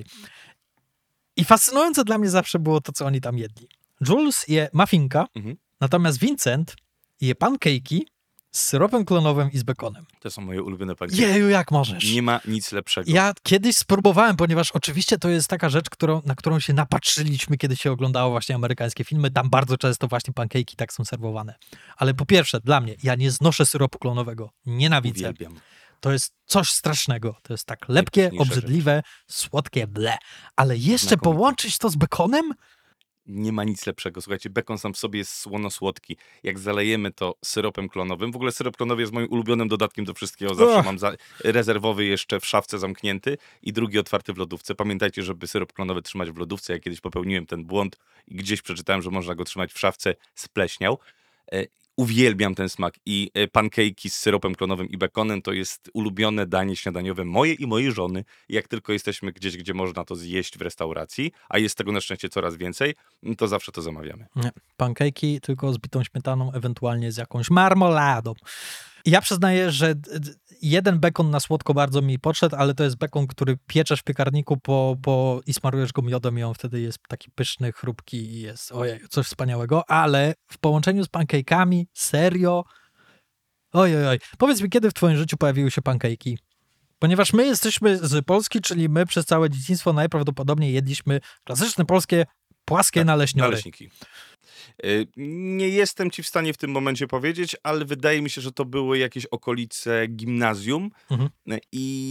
I fascynujące dla mnie zawsze było to, co oni tam jedli. Jules je muffinka, Mhm. natomiast Vincent je pancake'i z syropem klonowym i z bekonem. To są moje ulubione pankejki. Jeju, jak możesz. Nie ma nic lepszego. Ja kiedyś spróbowałem, ponieważ oczywiście to jest taka rzecz, którą, na którą się napatrzyliśmy, kiedy się oglądało właśnie amerykańskie filmy. Tam bardzo często właśnie pancake'i tak są serwowane. Ale po pierwsze, dla mnie, ja nie znoszę syropu klonowego. Nienawidzę. Uwielbiam. To jest coś strasznego. To jest tak lepkie, Najpyszniejsza obrzydliwe, słodkie, ble. Ale jeszcze Znakomite. połączyć to z bekonem? Nie ma nic lepszego. Słuchajcie, bekon sam w sobie jest słono-słodki. Jak zalejemy to syropem klonowym, w ogóle syrop klonowy jest moim ulubionym dodatkiem do wszystkiego. Zawsze Och. mam za, rezerwowy jeszcze w szafce zamknięty i drugi otwarty w lodówce. Pamiętajcie, żeby syrop klonowy trzymać w lodówce. Ja kiedyś popełniłem ten błąd i gdzieś przeczytałem, że można go trzymać w szafce, spleśniał. E, uwielbiam ten smak i e, pancake'i z syropem klonowym i bekonem to jest ulubione danie śniadaniowe moje i mojej żony. Jak tylko jesteśmy gdzieś, gdzie można to zjeść w restauracji, a jest tego na szczęście coraz więcej, to zawsze to zamawiamy. Nie, pancake'i tylko z bitą śmietaną, ewentualnie z jakąś marmoladą. I ja przyznaję, że d- d- jeden bekon na słodko bardzo mi podszedł, ale to jest bekon, który pieczesz w piekarniku po, po, i smarujesz go miodem i on wtedy jest taki pyszny, chrupki i jest ojej, coś wspaniałego, ale w połączeniu z pancake'ami, serio? Ojej, oj. Powiedz mi, kiedy w twoim życiu pojawiły się pancake'i? Ponieważ my jesteśmy z Polski, czyli my przez całe dzieciństwo najprawdopodobniej jedliśmy klasyczne polskie płaskie Tak, naleśniory. Naleśniki. Y, Nie jestem ci w stanie w tym momencie powiedzieć, ale wydaje mi się, że to były jakieś okolice gimnazjum Mhm. y, i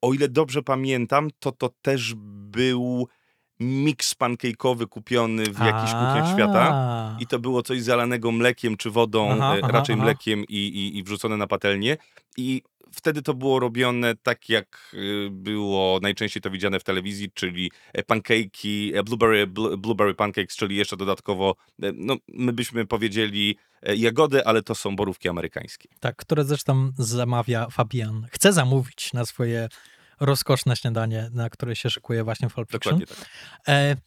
o ile dobrze pamiętam, to to też był miks pancake'owy kupiony w jakichś kuchniach świata i to było coś zalanego mlekiem czy wodą, Aha, e, aha, raczej aha. mlekiem i, i, i wrzucone na patelnię i wtedy to było robione tak, jak y, było najczęściej to widziane w telewizji, czyli e, pancake'i, e, blueberry, bl- blueberry pancakes, czyli jeszcze dodatkowo, e, no my byśmy powiedzieli e, jagody, ale to są borówki amerykańskie. Tak, które zresztą zamawia Fabian. Chce zamówić na swoje rozkoszne śniadanie, na które się szykuje właśnie w Pulp Fiction. Dokładnie tak. E,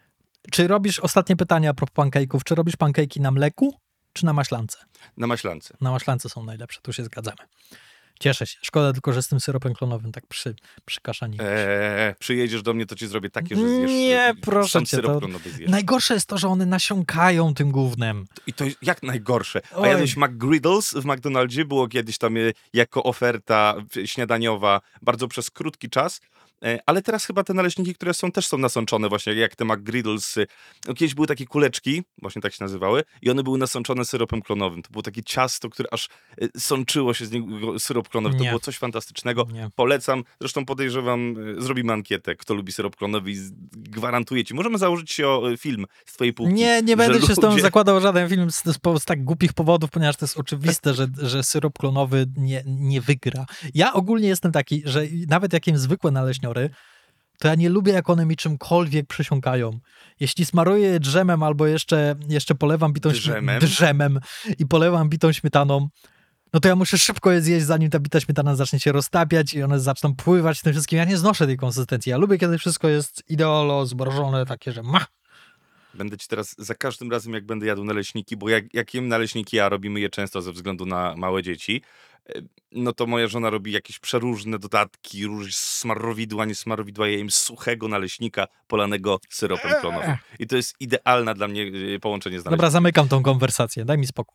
czy robisz, ostatnie pytanie a propos pancake'ów, czy robisz pancake'i na mleku, czy na maślance? Na maślance. Na maślance są najlepsze, tu się zgadzamy. Cieszę się. Szkoda tylko, że z tym syropem klonowym tak przy, przy kaszaniku. Eee, przyjedziesz do mnie, to ci zrobię takie, że zjesz. Nie, proszę sam cię, syrop to- klonowy zjesz. Najgorsze jest to, że one nasiąkają tym gównem. I to jak najgorsze. A Oj. jadłeś McGriddles w McDonaldzie? Było kiedyś tam e, jako oferta w- śniadaniowa bardzo przez krótki czas. E, Ale teraz chyba te naleśniki, które są, też są nasączone właśnie, jak te McGriddles. e, No, kiedyś były takie kuleczki, właśnie tak się nazywały, i one były nasączone syropem klonowym. To było takie ciasto, które aż e, sączyło się z niego syrop klonowy. To Nie. było coś fantastycznego. Nie. Polecam. Zresztą podejrzewam, e, zrobimy ankietę, kto lubi syrop klonowy i z- gwarantuję ci. Możemy założyć się o e, film z twojej półki. Nie, nie że będę się z tobą ludzie- zakładał żaden film z, z, z tak głupich powodów, ponieważ to jest oczywiste, że, że syrop klonowy nie, nie wygra. Ja ogólnie jestem taki, że nawet jak jem zwykłe naleśniory, to ja nie lubię, jak one mi czymkolwiek przysiąkają. Jeśli smaruję je drzemem albo jeszcze, jeszcze polewam bitą śmie- Drzemem? drzemem i polewam bitą śmietaną, no to ja muszę szybko je zjeść, zanim ta bita śmietana zacznie się roztapiać i one zaczną pływać w tym wszystkim. Ja nie znoszę tej konsystencji. Ja lubię, kiedy wszystko jest ideolo, zmrożone, takie, że ma. Będę ci teraz za każdym razem, jak będę jadł naleśniki, bo jak, jak jem naleśniki, a robimy je często ze względu na małe dzieci, e, no to moja żona robi jakieś przeróżne dodatki, róż smarowidła, nie smarowidła, ja jem suchego naleśnika polanego syropem klonowym. I to jest idealne dla mnie e, połączenie z Dobra, naleśnikiem. zamykam tą konwersację. Daj mi spokój.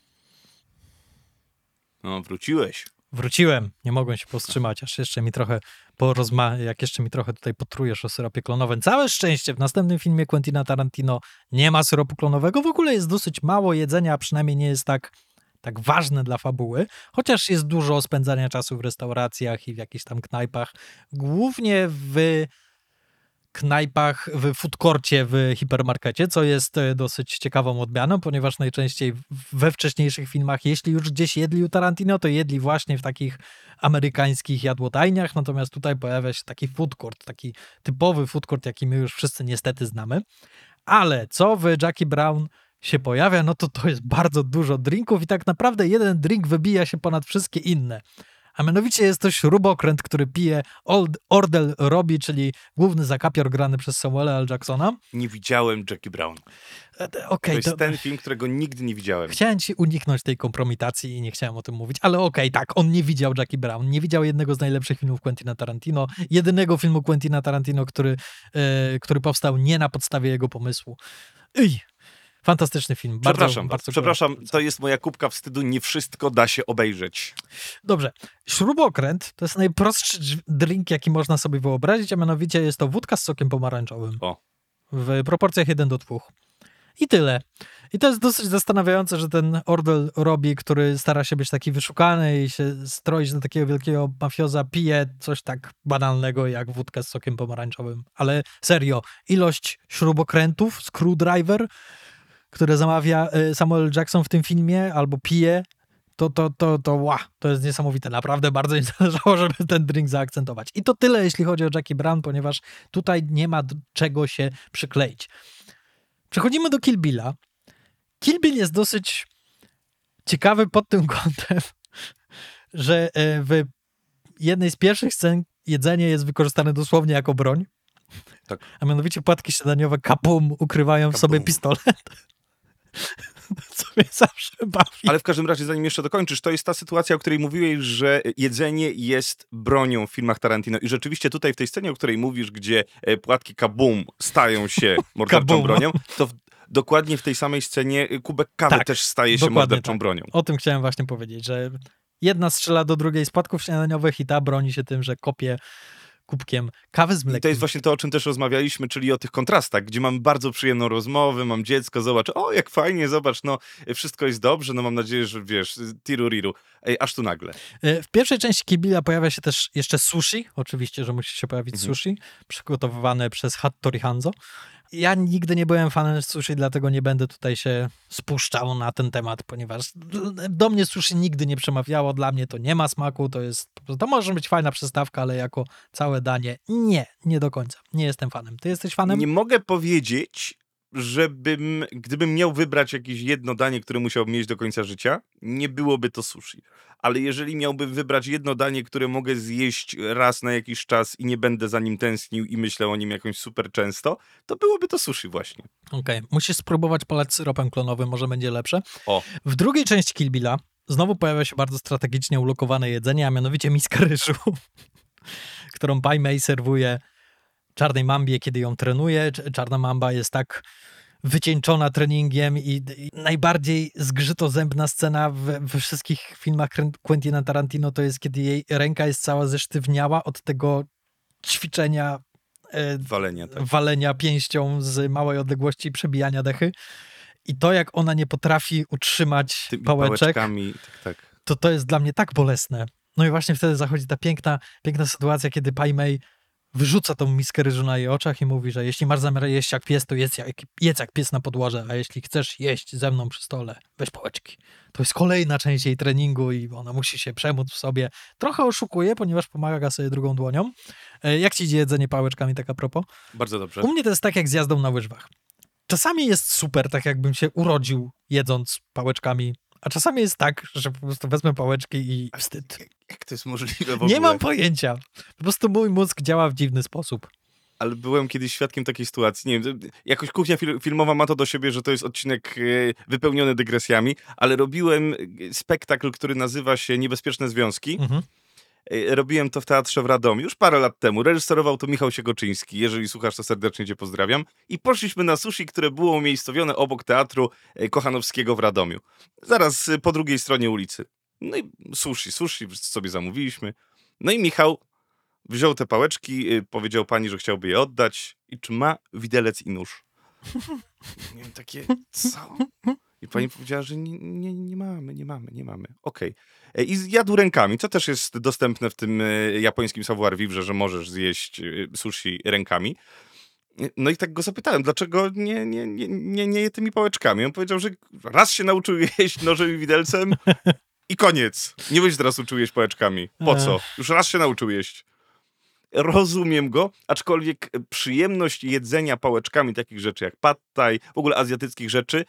No, wróciłeś. Wróciłem, nie mogłem się powstrzymać, aż jeszcze mi trochę porozma... jak jeszcze mi trochę tutaj potrujesz o syropie klonowym. Całe szczęście, w następnym filmie Quentina Tarantino nie ma syropu klonowego, w ogóle jest dosyć mało jedzenia, a przynajmniej nie jest tak, tak ważne dla fabuły, chociaż jest dużo spędzania czasu w restauracjach i w jakichś tam knajpach, głównie w knajpach, w food courcie, w hipermarkecie, co jest e, dosyć ciekawą odmianą, ponieważ najczęściej w- we wcześniejszych filmach, jeśli już gdzieś jedli u Tarantino, to jedli właśnie w takich amerykańskich jadłodajniach, natomiast tutaj pojawia się taki food court, taki typowy food court, jaki my już wszyscy niestety znamy. Ale co w Jackie Brown się pojawia, no to to jest bardzo dużo drinków i tak naprawdę jeden drink wybija się ponad wszystkie inne. A mianowicie jest to śrubokręt, który pije Old Ordell Robbie, czyli główny zakapior grany przez Samuela L. Jacksona. Nie widziałem Jackie Brown. E, e, To Okej, jest to, ten film, którego nigdy nie widziałem. chciałem ci uniknąć tej kompromitacji i nie chciałem o tym mówić, ale okej, tak, on nie widział Jackie Brown, nie widział jednego z najlepszych filmów Quentina Tarantino, jedynego filmu Quentina Tarantino, który, e, który powstał nie na podstawie jego pomysłu. Ej, fantastyczny film. Bardzo, Przepraszam, bardzo przepraszam, polecam. to jest moja kubka wstydu, nie wszystko da się obejrzeć. Dobrze. Śrubokręt to jest najprostszy dż- drink, jaki można sobie wyobrazić, a mianowicie jest to wódka z sokiem pomarańczowym. O. W proporcjach jeden do dwóch. I tyle. I to jest dosyć zastanawiające, że ten Ordell Robbie, który stara się być taki wyszukany i się stroić do takiego wielkiego mafioza, pije coś tak banalnego jak wódkę z sokiem pomarańczowym. Ale serio, ilość śrubokrętów, screwdriver, które zamawia y, Samuel Jackson w tym filmie, albo pije, to, to, to, to, ła, to jest niesamowite. Naprawdę bardzo mi zależało, żeby ten drink zaakcentować. I to tyle, jeśli chodzi o Jackie Brown, ponieważ tutaj nie ma do czego się przykleić. Przechodzimy do Kill Billa. Kill Bill jest dosyć ciekawy pod tym kątem, że e, w jednej z pierwszych scen jedzenie jest wykorzystane dosłownie jako broń. Tak. A mianowicie płatki śniadaniowe kapum ukrywają w sobie Kapum. pistolet. Co mnie zawsze bawi. Ale w każdym razie, zanim jeszcze dokończysz, to jest ta sytuacja, o której mówiłeś, że jedzenie jest bronią w filmach Tarantino. I rzeczywiście tutaj w tej scenie, o której mówisz, gdzie e, płatki kabum stają się morderczą Kabum. bronią, to w, dokładnie w tej samej scenie e, kubek kawy Tak, też staje się dokładnie morderczą tak. bronią. O tym chciałem właśnie powiedzieć, że jedna strzela do drugiej z płatków śniadaniowych i ta broni się tym, że kopie kubkiem kawy z mlekiem. I to jest właśnie to, o czym też rozmawialiśmy, czyli o tych kontrastach, gdzie mam bardzo przyjemną rozmowę, mam dziecko, zobacz, o jak fajnie, zobacz, no wszystko jest dobrze, no mam nadzieję, że wiesz, tiruriru, ej, aż tu nagle. W pierwszej części Kill pojawia się też jeszcze sushi, oczywiście, że musi się pojawić Mhm. sushi, przygotowywane przez Hattori Hanzo. Ja nigdy nie byłem fanem sushi, dlatego nie będę tutaj się spuszczał na ten temat, ponieważ do mnie sushi nigdy nie przemawiało, dla mnie to nie ma smaku, to jest, to może być fajna przystawka, ale jako całe danie nie, nie do końca. Nie jestem fanem. Ty jesteś fanem? Nie mogę powiedzieć, żebym, gdybym miał wybrać jakieś jedno danie, które musiałbym mieć do końca życia, nie byłoby to sushi. Ale jeżeli miałbym wybrać jedno danie, które mogę zjeść raz na jakiś czas i nie będę za nim tęsknił i myślę o nim jakoś super często, to byłoby to sushi właśnie. Okej, okay. Musisz spróbować polać syropem klonowym, może będzie lepsze. O. W drugiej części Kill Billa znowu pojawia się bardzo strategicznie ulokowane jedzenie, a mianowicie miska ryżu, którą Pai Mei serwuje Czarnej Mambie, kiedy ją trenuje. Czarna Mamba jest tak wycieńczona treningiem i, i najbardziej zgrzytozębna scena we, we wszystkich filmach Quentina Tarantino to jest, kiedy jej ręka jest cała zesztywniała od tego ćwiczenia e, walenia, tak. walenia pięścią z małej odległości i przebijania dechy. I to, jak ona nie potrafi utrzymać Tymi pałeczek, pałeczkami, tak, tak. to to jest dla mnie tak bolesne. No i właśnie wtedy zachodzi ta piękna, piękna sytuacja, kiedy Pai Mei wyrzuca tą miskę ryżu na jej oczach i mówi, że jeśli masz zamiar jeść jak pies, to jedz jak, jedz jak pies na podłodze, a jeśli chcesz jeść ze mną przy stole, weź pałeczki. To jest kolejna część jej treningu i ona musi się przemóc w sobie. Trochę oszukuje, ponieważ pomaga sobie drugą dłonią. Jak ci idzie jedzenie pałeczkami, tak a propos? Bardzo dobrze. U mnie to jest tak jak z jazdą na łyżwach. Czasami jest super, tak jakbym się urodził jedząc pałeczkami, a czasami jest tak, że po prostu wezmę pałeczki i wstyd. Jak to jest możliwe w ogóle? Nie mam pojęcia. Po prostu mój mózg działa w dziwny sposób. Ale byłem kiedyś świadkiem takiej sytuacji. Nie wiem, jakoś kuchnia fil- filmowa ma to do siebie, że to jest odcinek e, wypełniony dygresjami, ale robiłem spektakl, który nazywa się Niebezpieczne Związki. Mhm. E, robiłem to w teatrze w Radomiu już parę lat temu. Reżyserował to Michał Siegoczyński. Jeżeli słuchasz, to serdecznie cię pozdrawiam. I poszliśmy na sushi, które było umiejscowione obok teatru e, Kochanowskiego w Radomiu. Zaraz e, po drugiej stronie ulicy. No i sushi, sushi sobie zamówiliśmy. No i Michał wziął te pałeczki, powiedział pani, że chciałby je oddać i czy ma widelec i nóż. Miałem takie, co? I pani powiedziała, że nie, nie, nie mamy, nie mamy, nie mamy. Okej. Okay. I jadł rękami, co też jest dostępne w tym japońskim savoir-vivre, że możesz zjeść sushi rękami. No i tak go zapytałem, dlaczego nie, nie, nie, nie, nie je tymi pałeczkami. On powiedział, że raz się nauczył jeść nożem i widelcem i koniec. Nie będziesz teraz uczył jeść pałeczkami. Po co? Już raz się nauczył jeść. Rozumiem go, aczkolwiek przyjemność jedzenia pałeczkami takich rzeczy jak pad thai, w ogóle azjatyckich rzeczy,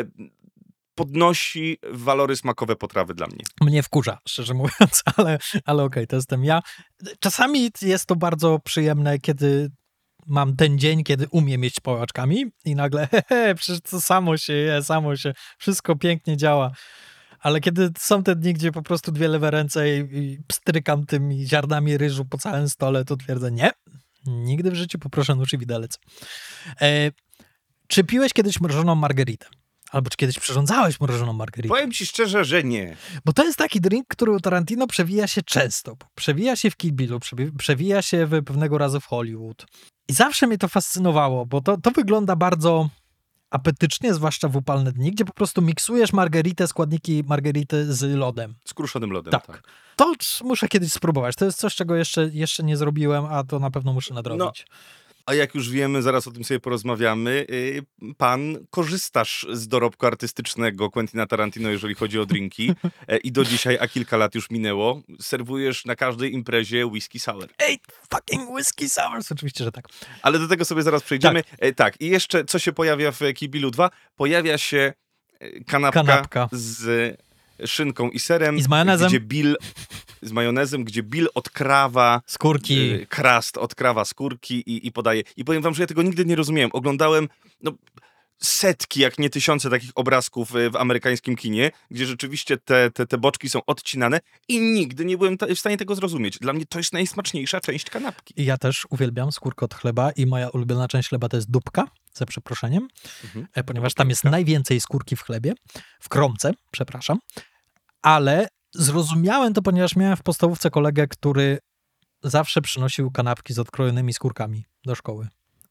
podnosi walory smakowe potrawy dla mnie. Mnie wkurza, szczerze mówiąc, ale, ale okej, okay, to jestem ja. Czasami jest to bardzo przyjemne, kiedy mam ten dzień, kiedy umiem jeść pałeczkami i nagle, hehe, przecież to samo się je, samo się, wszystko pięknie działa. Ale kiedy są te dni, gdzie po prostu dwie lewe ręce i, i pstrykam tymi ziarnami ryżu po całym stole, to twierdzę, nie, nigdy w życiu poproszę nóż i widelec. E, czy piłeś kiedyś mrożoną margeritę? Albo czy kiedyś przyrządzałeś mrożoną margeritę? Powiem ci szczerze, że nie. Bo to jest taki drink, który u Tarantino przewija się często. Przewija się w Kill Billu, przewija się w pewnego razu w Hollywood. I zawsze mnie to fascynowało, bo to, to wygląda bardzo apetycznie, zwłaszcza w upalne dni, gdzie po prostu miksujesz margeritę, składniki margerity z lodem. Z kruszonym lodem, tak. tak. To muszę kiedyś spróbować. To jest coś, czego jeszcze, jeszcze nie zrobiłem, a to na pewno muszę nadrobić. No. A jak już wiemy, zaraz o tym sobie porozmawiamy, pan korzystasz z dorobku artystycznego Quentina Tarantino, jeżeli chodzi o drinki i do dzisiaj, a kilka lat już minęło, serwujesz na każdej imprezie whisky sour. Ej, fucking whisky sour! Oczywiście, że tak. Ale do tego sobie zaraz przejdziemy. Tak, tak. I jeszcze co się pojawia w Kill Billu dwa? Pojawia się kanapka, kanapka. z szynką i serem. I z majonezem. Gdzie Bill... z majonezem, gdzie Bill odkrawa skórki, y, krast, odkrawa skórki i, i podaje. I powiem wam, że ja tego nigdy nie rozumiałem. Oglądałem no, setki, jak nie tysiące takich obrazków w amerykańskim kinie, gdzie rzeczywiście te, te, te boczki są odcinane i nigdy nie byłem w stanie tego zrozumieć. Dla mnie to jest najsmaczniejsza część kanapki. I ja też uwielbiam skórkę od chleba i moja ulubiona część chleba to jest dupka, za przeproszeniem, mhm. ponieważ tam jest najwięcej skórki w chlebie, w kromce, przepraszam, ale zrozumiałem to, ponieważ miałem w podstawówce kolegę, który zawsze przynosił kanapki z odkrojonymi skórkami do szkoły.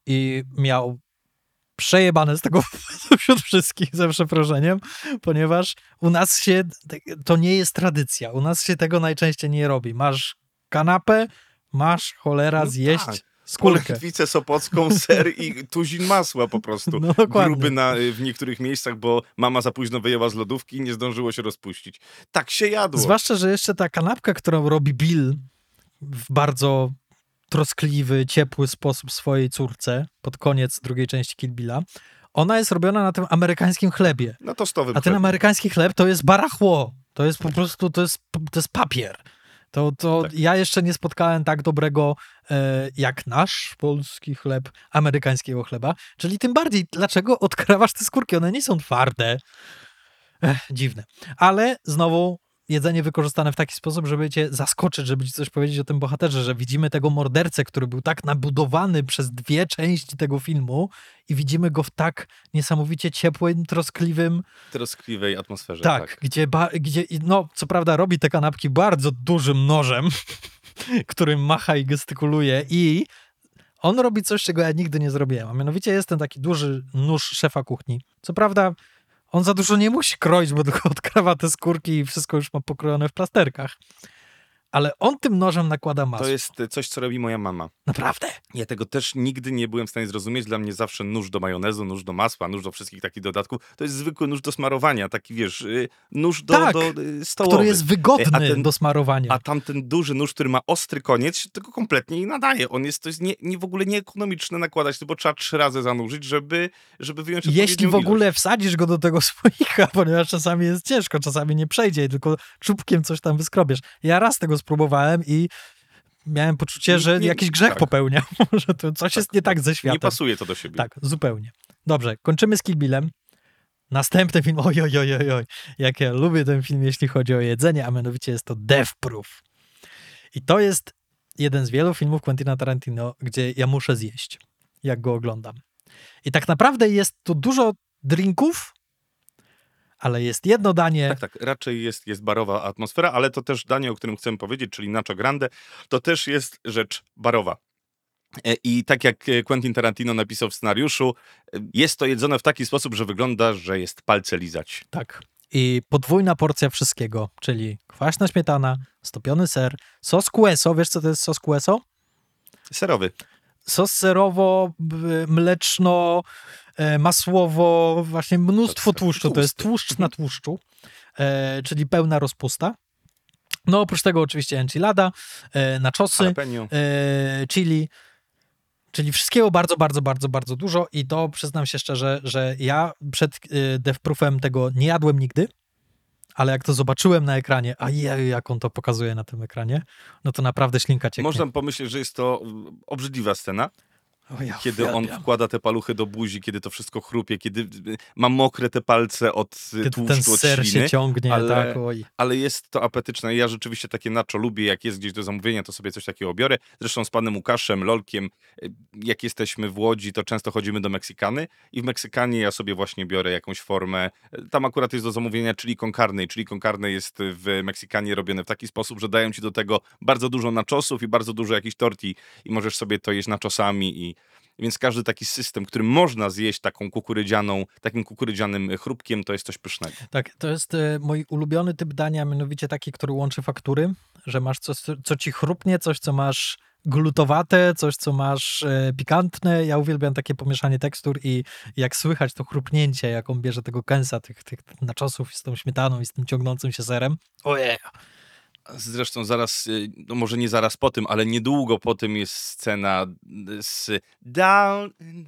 I miał przejebane z tego wśród wszystkich, ze przeproszeniem, ponieważ u nas się, to nie jest tradycja, u nas się tego najczęściej nie robi. Masz kanapę, masz cholera No zjeść tak. skórkę. Polędwicę sopocką, ser i tuzin masła po prostu. No dokładnie. Gruby na, w niektórych miejscach, bo mama za późno wyjęła z lodówki i nie zdążyło się rozpuścić. Tak się jadło. Zwłaszcza, że jeszcze ta kanapka, którą robi Bill w bardzo troskliwy, ciepły sposób swojej córce pod koniec drugiej części Kill Billa, ona jest robiona na tym amerykańskim chlebie. Na tostowym A ten chlebie. amerykański chleb to jest barachło. To jest po prostu, to jest, to jest papier. To, to Tak. ja jeszcze nie spotkałem tak dobrego e, jak nasz polski chleb, amerykańskiego chleba. Czyli tym bardziej, dlaczego odkrawasz te skórki? One nie są twarde. Ech, dziwne. Ale znowu jedzenie wykorzystane w taki sposób, żeby cię zaskoczyć, żeby ci coś powiedzieć o tym bohaterze, że widzimy tego mordercę, który był tak nabudowany przez dwie części tego filmu i widzimy go w tak niesamowicie ciepłym, troskliwym, troskliwej atmosferze. tak, Tak. Gdzie, ba, gdzie, no co prawda robi te kanapki bardzo dużym nożem, którym macha i gestykuluje i on robi coś, czego ja nigdy nie zrobiłem, a mianowicie jest ten taki duży nóż szefa kuchni. Co prawda on za dużo nie musi kroić, bo tylko odkrawa te skórki i wszystko już ma pokrojone w plasterkach. Ale on tym nożem nakłada masło. To jest coś, co robi moja mama. Naprawdę? Ja tego też nigdy nie byłem w stanie zrozumieć. Dla mnie zawsze nóż do majonezu, nóż do masła, nóż do wszystkich takich dodatków. To jest zwykły nóż do smarowania, taki wiesz, y, nóż do, Tak, do y, stołowy. który jest wygodny a ten, do smarowania. A tamten duży nóż, który ma ostry koniec, się tego kompletnie nie nadaje. On jest, to jest nie, nie w ogóle nieekonomiczne nakładać, bo trzeba trzy razy zanurzyć, żeby, żeby wyjąć Jeśli odpowiednią w ogóle ilość. wsadzisz go do tego słoika, ponieważ czasami jest ciężko, czasami nie przejdzie i tylko czubkiem coś tam wyskrobiesz. Ja raz tego spróbowałem i miałem poczucie, że Nie- jakiś grzech tak. popełniam, że to coś jest nie tak ze światem. Nie pasuje to do siebie. Tak, zupełnie. Dobrze, kończymy z Kill Billem. Następny film, oj, oj, oj, oj, oj, jak ja lubię ten film, jeśli chodzi o jedzenie, a mianowicie jest to Death Proof. I to jest jeden z wielu filmów Quentina Tarantino, gdzie ja muszę zjeść, jak go oglądam. I tak naprawdę jest tu dużo drinków, ale jest jedno danie. Tak, tak, raczej jest, jest barowa atmosfera, ale to też danie, o którym chcę powiedzieć, czyli Nacho Grande, to też jest rzecz barowa. E, I tak jak e, Quentin Tarantino napisał w scenariuszu, e, jest to jedzone w taki sposób, że wygląda, że jest palce lizać. Tak. I podwójna porcja wszystkiego, czyli kwaśna śmietana, stopiony ser, sos queso. Wiesz, co to jest sos queso? Serowy. Sos serowo, b- mleczno, e, masłowo, właśnie mnóstwo Tak, tłuszczu. To jest tłusty. tłuszcz na tłuszczu, e, czyli pełna rozpusta. No oprócz tego oczywiście enchilada, e, nachosy, Jalapeno. e, chili, czyli wszystkiego bardzo, bardzo, bardzo, bardzo dużo i to przyznam się szczerze, że ja przed e, Death Proofem tego nie jadłem nigdy, ale jak to zobaczyłem na ekranie, a je, jak on to pokazuje na tym ekranie, no to naprawdę ślinka cieknie. Można pomyśleć, że jest to mm, obrzydliwa scena, O, ja kiedy on uwielbiam. wkłada te paluchy do buzi, kiedy to wszystko chrupie, kiedy y, ma mokre te palce od y, Kiedy tłuszczu, ten od ser śliny. się ciągnie, ale- tak, oj. Ale jest to apetyczne. Ja rzeczywiście takie nacho lubię, jak jest gdzieś do zamówienia, to sobie coś takiego biorę. Zresztą z panem Łukaszem, Lolkiem, y, jak jesteśmy w Łodzi, to często chodzimy do Meksykany i w Meksykanie ja sobie właśnie biorę jakąś formę. y, Tam akurat jest do zamówienia chili con carne. i Chili con carne jest w Meksykanie robione w taki sposób, że dają ci do tego bardzo dużo nachosów i bardzo dużo jakichś torti i możesz sobie to jeść nachosami i więc każdy taki system, który można zjeść taką kukurydzianą, takim kukurydzianym chrupkiem, to jest coś pysznego. Tak, to jest e, mój ulubiony typ dania, mianowicie taki, który łączy faktury, że masz coś, co, co ci chrupnie, coś, co masz glutowate, coś, co masz e, pikantne. Ja uwielbiam takie pomieszanie tekstur i jak słychać to chrupnięcie, jak on bierze tego kęsa, tych, tych nachosów z tą śmietaną i z tym ciągnącym się serem. Ojej! Zresztą zaraz, y, no może nie zaraz po tym, ale niedługo po tym jest scena z Down in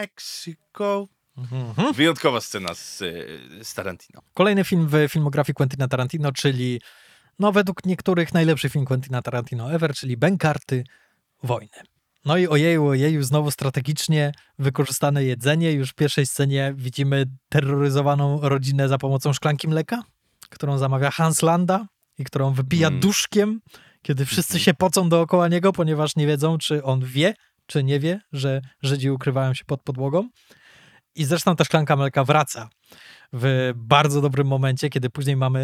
Mexico. Mhm. Wyjątkowa scena z, y, z Tarantino. Kolejny film w filmografii Quentina Tarantino, czyli no według niektórych najlepszy film Quentina Tarantino ever, czyli Bękarty Wojny. No i ojeju, ojeju, znowu strategicznie wykorzystane jedzenie. Już w pierwszej scenie widzimy terroryzowaną rodzinę za pomocą szklanki mleka, którą zamawia Hans Landa i którą wypija Mm. duszkiem, kiedy wszyscy Mhm. się pocą dookoła niego, ponieważ nie wiedzą, czy on wie, czy nie wie, że Żydzi ukrywają się pod podłogą. I zresztą ta szklanka mleka wraca w bardzo dobrym momencie, kiedy później mamy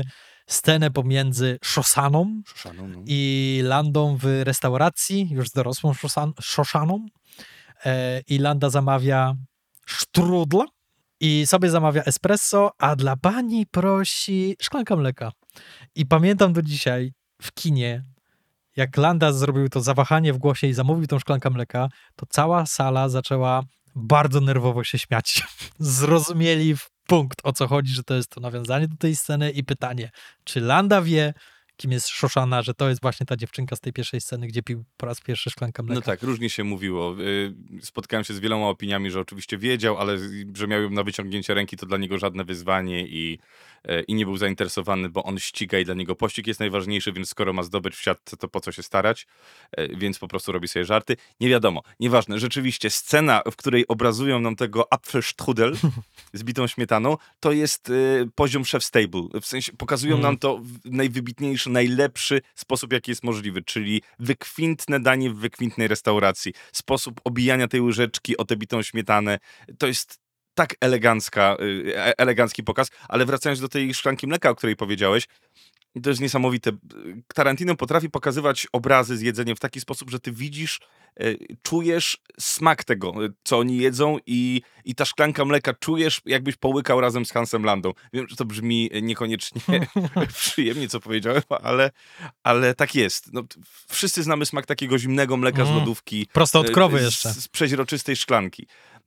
scenę pomiędzy Shoshaną Szoszaną, no. i Landą w restauracji, już z dorosłą Shosan- Shoshaną. E, I Landa zamawia sztrudl i sobie zamawia espresso, a dla pani prosi szklankę mleka. I pamiętam do dzisiaj w kinie, jak Landa zrobił to zawahanie w głosie i zamówił tą szklankę mleka, to cała sala zaczęła bardzo nerwowo się śmiać. Zrozumieli w punkt, o co chodzi, że to jest to nawiązanie do tej sceny i pytanie, czy Landa wie, kim jest Shoshana, że to jest właśnie ta dziewczynka z tej pierwszej sceny, gdzie pił po raz pierwszy szklankę mleka. No tak, różnie się mówiło. Spotkałem się z wieloma opiniami, że oczywiście wiedział, ale że miał ją na wyciągnięcie ręki, to dla niego żadne wyzwanie i, i nie był zainteresowany, bo on ściga i dla niego pościg jest najważniejszy, więc skoro ma zdobyć w siatce, to po co się starać? Więc po prostu robi sobie żarty. Nie wiadomo, nieważne. Rzeczywiście scena, w której obrazują nam tego Apfelstrudel z bitą śmietaną, to jest y, poziom Chef's Table. W sensie pokazują Mm. nam to w najwybitniejszy, najlepszy sposób, jaki jest możliwy, czyli wykwintne danie w wykwintnej restauracji. Sposób obijania tej łyżeczki o tę bitą śmietanę. To jest tak elegancka, y, e- elegancki pokaz, ale wracając do tej szklanki mleka, o której powiedziałeś, to jest niesamowite. Tarantino potrafi pokazywać obrazy z jedzeniem w taki sposób, że ty widzisz, y, czujesz smak tego, y, co oni jedzą i, i ta szklanka mleka czujesz, jakbyś połykał razem z Hansem Landą. Wiem, że to brzmi niekoniecznie przyjemnie, co powiedziałem, ale, ale tak jest. No, t- wszyscy znamy smak takiego zimnego mleka z Mm. lodówki. Prosto od y, krowy z, jeszcze. z przeźroczystej szklanki.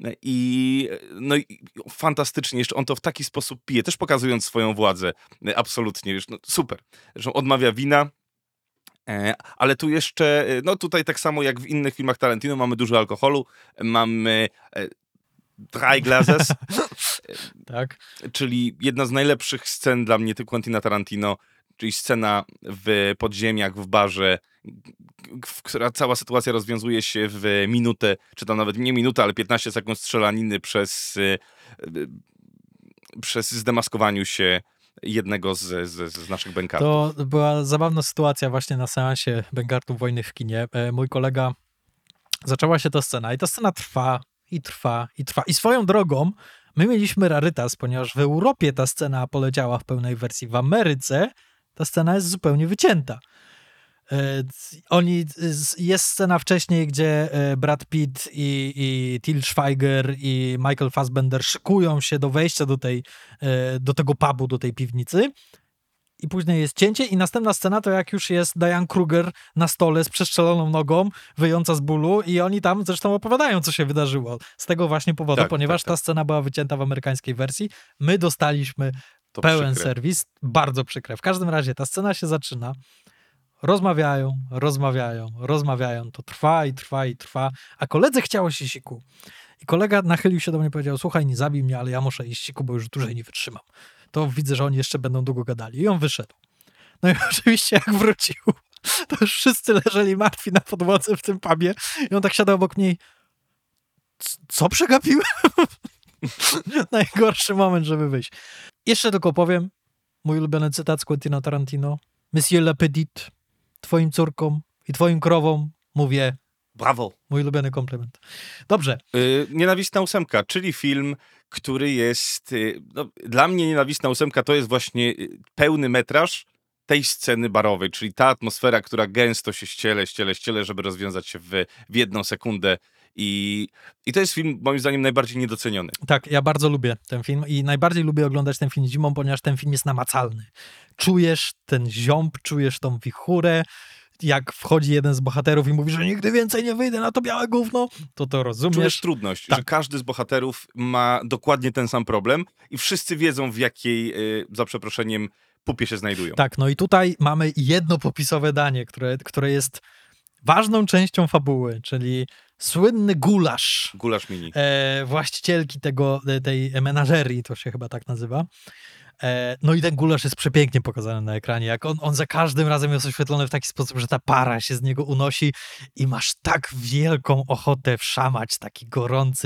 I no i fantastycznie, jeszcze on to w taki sposób pije, też pokazując swoją władzę. Y, Absolutnie, wiesz, no, super. Zresztą odmawia wina, e, ale tu jeszcze, e, no tutaj tak samo jak w innych filmach Tarantino mamy dużo alkoholu, mamy e, dry glasses, Tak. czyli jedna z najlepszych scen dla mnie Quentina Tarantino, czyli scena w podziemiach, w barze, w która cała sytuacja rozwiązuje się w minutę, czy tam nawet nie minutę, ale piętnaście sekund strzelaniny przez, y, y, przez zdemaskowaniu się jednego z, z, z naszych bękartów. To była zabawna sytuacja właśnie na seansie Bękartów Wojnych w kinie. E, Mój kolega, zaczęła się ta scena i ta scena trwa i trwa i trwa. I swoją drogą my mieliśmy rarytas, ponieważ w Europie ta scena poleciała w pełnej wersji. W Ameryce ta scena jest zupełnie wycięta. E, c- Oni, z- jest scena wcześniej, gdzie e, Brad Pitt i, i Til Schweiger i Michael Fassbender szykują się do wejścia do tej, e, do tego pubu, do tej piwnicy. I później jest cięcie i następna scena to jak już jest Diane Kruger na stole z przestrzeloną nogą, wyjąca z bólu i oni tam zresztą opowiadają, co się wydarzyło. Z tego właśnie powodu, Tak, ponieważ tak, tak. ta scena była wycięta w amerykańskiej wersji. My dostaliśmy To pełen przykre. serwis, bardzo przykre. W każdym razie ta scena się zaczyna, rozmawiają, rozmawiają, rozmawiają, to trwa i trwa i trwa, a koledze chciało się siku. I kolega nachylił się do mnie i powiedział, słuchaj, nie zabij mnie, ale ja muszę iść siku, bo już dłużej nie wytrzymam. To widzę, że oni jeszcze będą długo gadali. I on wyszedł. No i oczywiście jak wrócił, to już wszyscy leżeli martwi na podłodze w tym pubie i on tak siadał obok mnie i, "C- co przegapiłem?" Najgorszy moment, żeby wyjść. Jeszcze tylko powiem, mój ulubiony cytat z Quentina Tarantino. Monsieur Le Petit, twoim córkom i twoim krowom mówię, Brawo. mój ulubiony komplement. Dobrze, Y, Nienawistna ósemka, czyli film, który jest... y, No, dla mnie Nienawistna ósemka to jest właśnie y, pełny metraż tej sceny barowej, czyli ta atmosfera, która gęsto się ściele, ściele, ściele, żeby rozwiązać się w, w jedną sekundę. I, I to jest film, moim zdaniem, najbardziej niedoceniony. tak, ja bardzo lubię ten film i najbardziej lubię oglądać ten film zimą, ponieważ ten film jest namacalny. Czujesz ten ziąb, czujesz tą wichurę, jak wchodzi jeden z bohaterów i mówi, że nigdy więcej nie wyjdę na to białe gówno, to to rozumiesz. Czujesz trudność, Tak. że każdy z bohaterów ma dokładnie ten sam problem i wszyscy wiedzą, w jakiej, y, za przeproszeniem, pupie się znajdują. Tak, no i tutaj mamy jedno popisowe danie, które, które jest ważną częścią fabuły, czyli słynny gulasz Gulasz mini. e, właścicielki tego, tej menażerii, to się chyba tak nazywa. E, no i ten gulasz jest przepięknie pokazany na ekranie, jak on, on za każdym razem jest oświetlony w taki sposób, że ta para się z niego unosi i masz tak wielką ochotę wszamać taki gorący,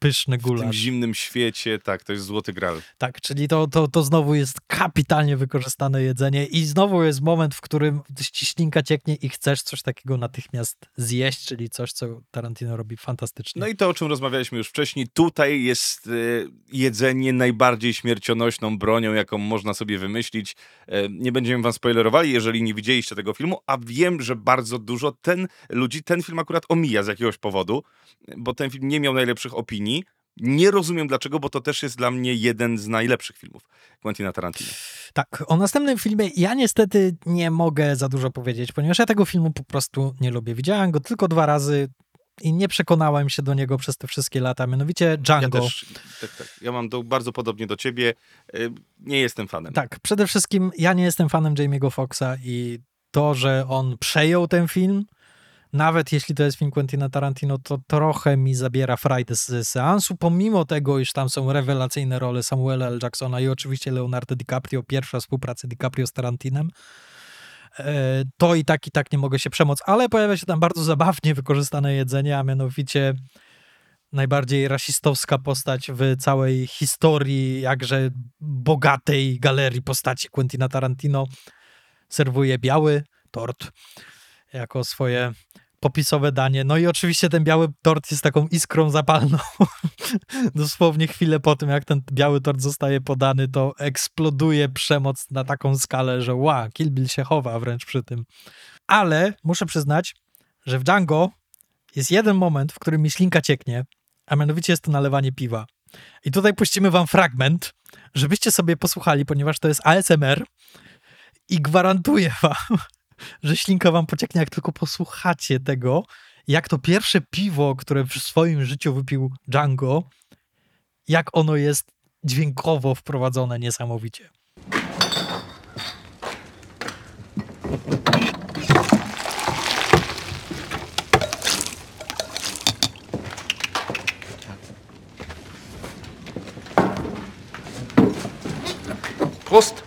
pyszny W tym gulasz. zimnym świecie, tak, to jest złoty gral. Tak, czyli to, to, to znowu jest kapitalnie wykorzystane jedzenie i znowu jest moment, w którym ci ślinka cieknie i chcesz coś takiego natychmiast zjeść, czyli coś, co Tarantino robi fantastycznie. No i to, o czym rozmawialiśmy już wcześniej, tutaj jest y, jedzenie najbardziej śmiercionośną bronią, jaką można sobie wymyślić. Y, nie będziemy wam spoilerowali, jeżeli nie widzieliście tego filmu, a wiem, że bardzo dużo ten ludzi ten film akurat omija z jakiegoś powodu, bo ten film nie miał najlepszych opinii. Nie rozumiem dlaczego, bo to też jest dla mnie jeden z najlepszych filmów Quentina Tarantino. Tak, o następnym filmie ja niestety nie mogę za dużo powiedzieć, ponieważ ja tego filmu po prostu nie lubię. Widziałem go tylko dwa razy i nie przekonałem się do niego przez te wszystkie lata, mianowicie Django. Ja też, tak, tak. Ja mam do, bardzo podobnie do ciebie. Nie jestem fanem. Tak, przede wszystkim ja nie jestem fanem Jamie'ego Foxxa i to, że on przejął ten film, nawet jeśli to jest film Quentina Tarantino, to trochę mi zabiera frajdę z seansu, pomimo tego, iż tam są rewelacyjne role Samuela L. Jacksona i oczywiście Leonardo DiCaprio, pierwsza współpraca DiCaprio z Tarantinem, to i tak, i tak nie mogę się przemóc, ale pojawia się tam bardzo zabawnie wykorzystane jedzenie, a mianowicie najbardziej rasistowska postać w całej historii, jakże bogatej galerii postaci Quentina Tarantino, serwuje biały tort jako swoje popisowe danie. No i oczywiście ten biały tort jest taką iskrą zapalną. Dosłownie chwilę po tym, jak ten biały tort zostaje podany, to eksploduje przemoc na taką skalę, że ła, Kill Bill się chowa wręcz przy tym. Ale muszę przyznać, że w Django jest jeden moment, w którym mi ślinka cieknie, a mianowicie jest to nalewanie piwa. I tutaj puścimy wam fragment, żebyście sobie posłuchali, ponieważ to jest A S M R i gwarantuję wam, że ślinka wam pocieknie, jak tylko posłuchacie tego, jak to pierwsze piwo, które w swoim życiu wypił Django, jak ono jest dźwiękowo wprowadzone niesamowicie. Prost!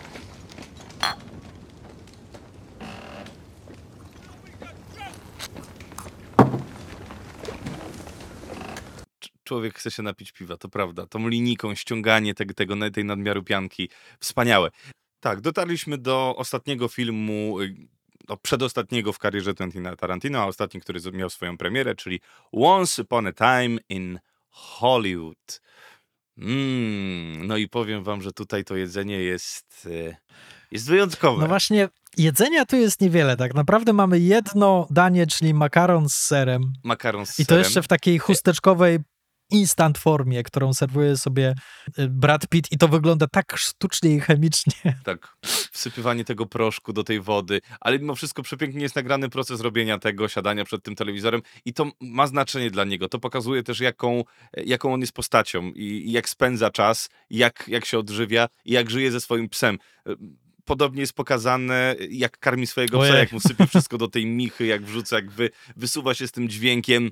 Człowiek chce się napić piwa, to prawda. Tą linijką, ściąganie tego, tego, tej nadmiaru pianki. Wspaniałe. Tak, dotarliśmy do ostatniego filmu, do przedostatniego w karierze Quentina Tarantino, a ostatni, który miał swoją premierę, czyli Once Upon a Time in Hollywood. Mm, no i powiem wam, że tutaj to jedzenie jest, jest wyjątkowe. No właśnie, jedzenia tu jest niewiele. Tak naprawdę mamy jedno danie, czyli makaron z serem. Makaron z I to serem. jeszcze w takiej chusteczkowej instant formie, którą serwuje sobie Brad Pitt i to wygląda tak sztucznie i chemicznie. Tak, wsypywanie tego proszku do tej wody, ale mimo wszystko przepięknie jest nagrany proces robienia tego, siadania przed tym telewizorem i to ma znaczenie dla niego. To pokazuje też, jaką, jaką on jest postacią i, i jak spędza czas, jak, jak się odżywia i jak żyje ze swoim psem. Podobnie jest pokazane, jak karmi swojego psa, Ojej. jak mu sypie wszystko do tej michy, jak wrzuca, jak wy, wysuwa się z tym dźwiękiem.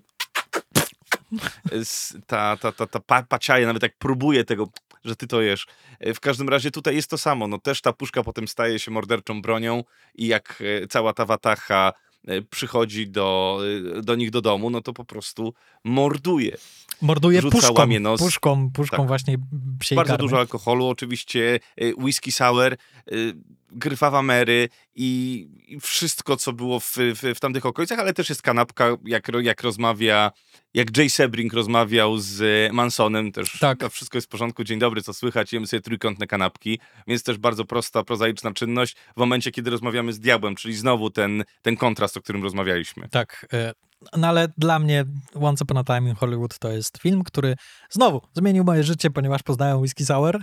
Ta, ta, ta, ta pa, paciaje, nawet jak próbuje tego, że ty to jesz. W każdym razie tutaj jest to samo. No też ta puszka potem staje się morderczą bronią i jak cała ta watacha przychodzi do, do nich do domu, no to po prostu morduje. Morduje Rzuca, puszką, łamie nos. puszką, puszką Tak. właśnie psiej Bardzo karmy. dużo alkoholu, oczywiście whisky sour, gryfawa Mary i, i wszystko, co było w, w, w tamtych okolicach, ale też jest kanapka, jak, jak rozmawia, jak Jay Sebring rozmawiał z Mansonem, też Tak. to wszystko jest w porządku, dzień dobry, co słychać, jemy sobie trójkątne kanapki, więc też bardzo prosta, prozaiczna czynność w momencie, kiedy rozmawiamy z diabłem, czyli znowu ten, ten kontrast, o którym rozmawialiśmy. Tak, no ale dla mnie Once Upon a Time in Hollywood to jest film, który znowu zmienił moje życie, ponieważ poznałem whisky sour.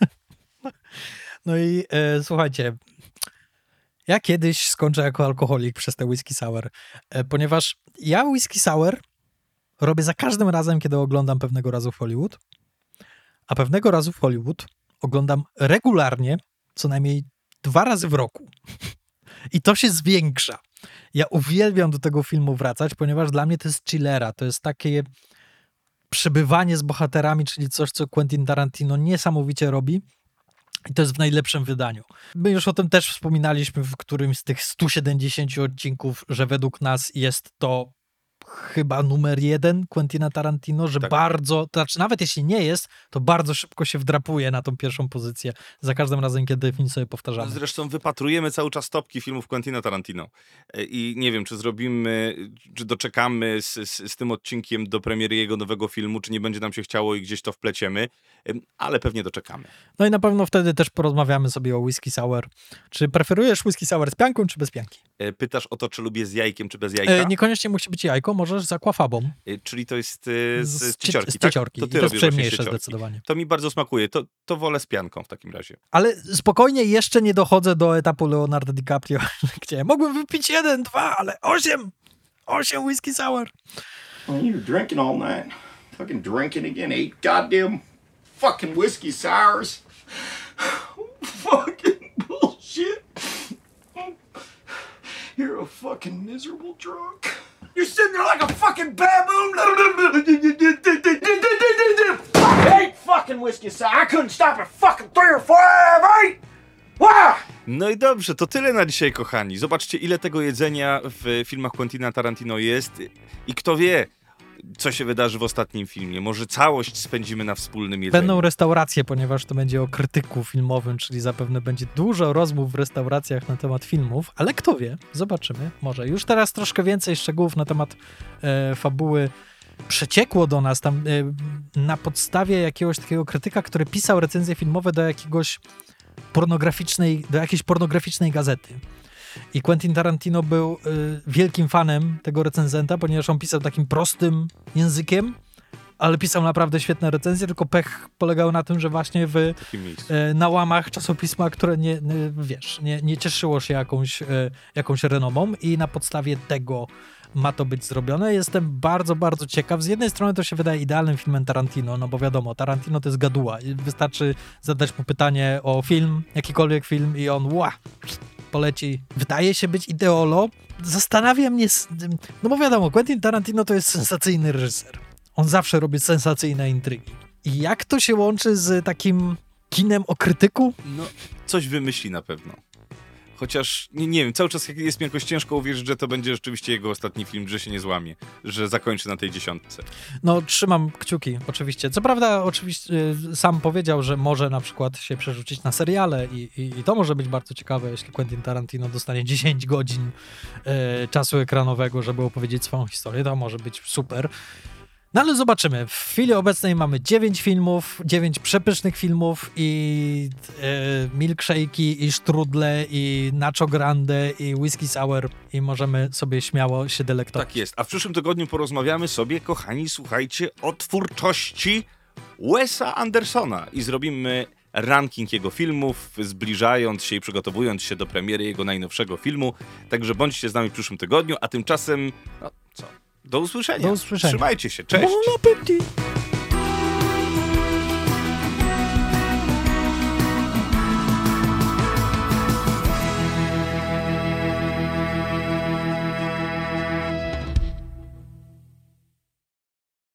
No i e, słuchajcie, ja kiedyś skończę jako alkoholik przez te whisky sour, e, ponieważ ja whisky sour robię za każdym razem, kiedy oglądam Pewnego razu w Hollywood, a Pewnego razu w Hollywood oglądam regularnie, co najmniej dwa razy w roku. I to się zwiększa. Ja uwielbiam do tego filmu wracać, ponieważ dla mnie to jest chillera, to jest takie przebywanie z bohaterami, czyli coś, co Quentin Tarantino niesamowicie robi. I to jest w najlepszym wydaniu. My już o tym też wspominaliśmy w którymś z tych stu siedemdziesięciu odcinków, że według nas jest to chyba numer jeden Quentina Tarantino, że Tak. bardzo, to znaczy nawet jeśli nie jest, to bardzo szybko się wdrapuje na tą pierwszą pozycję za każdym razem, kiedy film sobie powtarzamy. Zresztą wypatrujemy cały czas topki filmów Quentina Tarantino. I nie wiem, czy zrobimy, czy doczekamy z, z, z tym odcinkiem do premiery jego nowego filmu, czy nie będzie nam się chciało i gdzieś to wpleciemy, ale pewnie doczekamy. No i na pewno wtedy też porozmawiamy sobie o whisky sour. Czy preferujesz whisky sour z pianką, czy bez pianki? Pytasz o to, czy lubię z jajkiem, czy bez jajka? E, niekoniecznie musi być jajko, możesz z aquafabą. E, czyli to jest e, z, z cie- cieciorki, z tak? cieciorki. To I ty to jest robisz właśnie przyjemniejsze cieciorki. zdecydowanie. To mi bardzo smakuje. To, to wolę z pianką w takim razie. Ale spokojnie, jeszcze nie dochodzę do etapu Leonardo DiCaprio, gdzie mógłbym wypić jeden, dwa, ale osiem! Osiem whisky sour. Well, you're drinking all night. Fucking drinking again. Eight goddamn fucking whiskey sours. Fucking bullshit. You're a fucking miserable drunk. You're sitting there like a fucking baboon. Eight fucking whiskey sours. I couldn't stop at fucking three or four of eight. Wow! No i dobrze, to tyle na dzisiaj, kochani. Zobaczcie, ile tego jedzenia w filmach Quentina Tarantino jest i kto wie, co się wydarzy w ostatnim filmie. Może całość spędzimy na wspólnym jedzeniu. Będą restauracje, ponieważ to będzie o krytyku filmowym, czyli zapewne będzie dużo rozmów w restauracjach na temat filmów, ale kto wie, zobaczymy. Może już teraz troszkę więcej szczegółów na temat e, fabuły przeciekło do nas tam e, na podstawie jakiegoś takiego krytyka, który pisał recenzje filmowe do jakiegoś pornograficznej, do jakiejś pornograficznej gazety. I Quentin Tarantino był y, wielkim fanem tego recenzenta, ponieważ on pisał takim prostym językiem, ale pisał naprawdę świetne recenzje, tylko pech polegał na tym, że właśnie w, takim miejscu. y, na łamach czasopisma, które nie, y, wiesz, nie, nie cieszyło się jakąś, y, jakąś renomą i na podstawie tego ma to być zrobione. Jestem bardzo, bardzo ciekaw. Z jednej strony to się wydaje idealnym filmem Tarantino, no bo wiadomo, Tarantino to jest gaduła. Wystarczy zadać mu pytanie o film, jakikolwiek film i on ła, poleci. Wydaje się być ideolo. Zastanawia mnie, no bo wiadomo, Quentin Tarantino to jest sensacyjny reżyser. On zawsze robi sensacyjne intrygi. I jak to się łączy z takim kinem o krytyku? No, coś wymyśli na pewno. Chociaż, nie, nie wiem, cały czas jest mi jakoś ciężko uwierzyć, że to będzie rzeczywiście jego ostatni film, że się nie złamie, że zakończy na tej dziesiątce. No, trzymam kciuki, oczywiście. Co prawda, oczywiście y, sam powiedział, że może na przykład się przerzucić na seriale i, i, i to może być bardzo ciekawe, jeśli Quentin Tarantino dostanie dziesięć godzin y, czasu ekranowego, żeby opowiedzieć swoją historię. To może być super. No ale zobaczymy. W chwili obecnej mamy dziewięć filmów, dziewięć przepysznych filmów i e, milkshake'i, i strudle, i nacho grande, i whisky sour i możemy sobie śmiało się delektować. Tak jest. A w przyszłym tygodniu porozmawiamy sobie, kochani, słuchajcie, o twórczości Wesa Andersona i zrobimy ranking jego filmów, zbliżając się i przygotowując się do premiery jego najnowszego filmu. Także bądźcie z nami w przyszłym tygodniu, a tymczasem, no co, do usłyszenia. Do usłyszenia. Trzymajcie się, cześć. Bon appétit!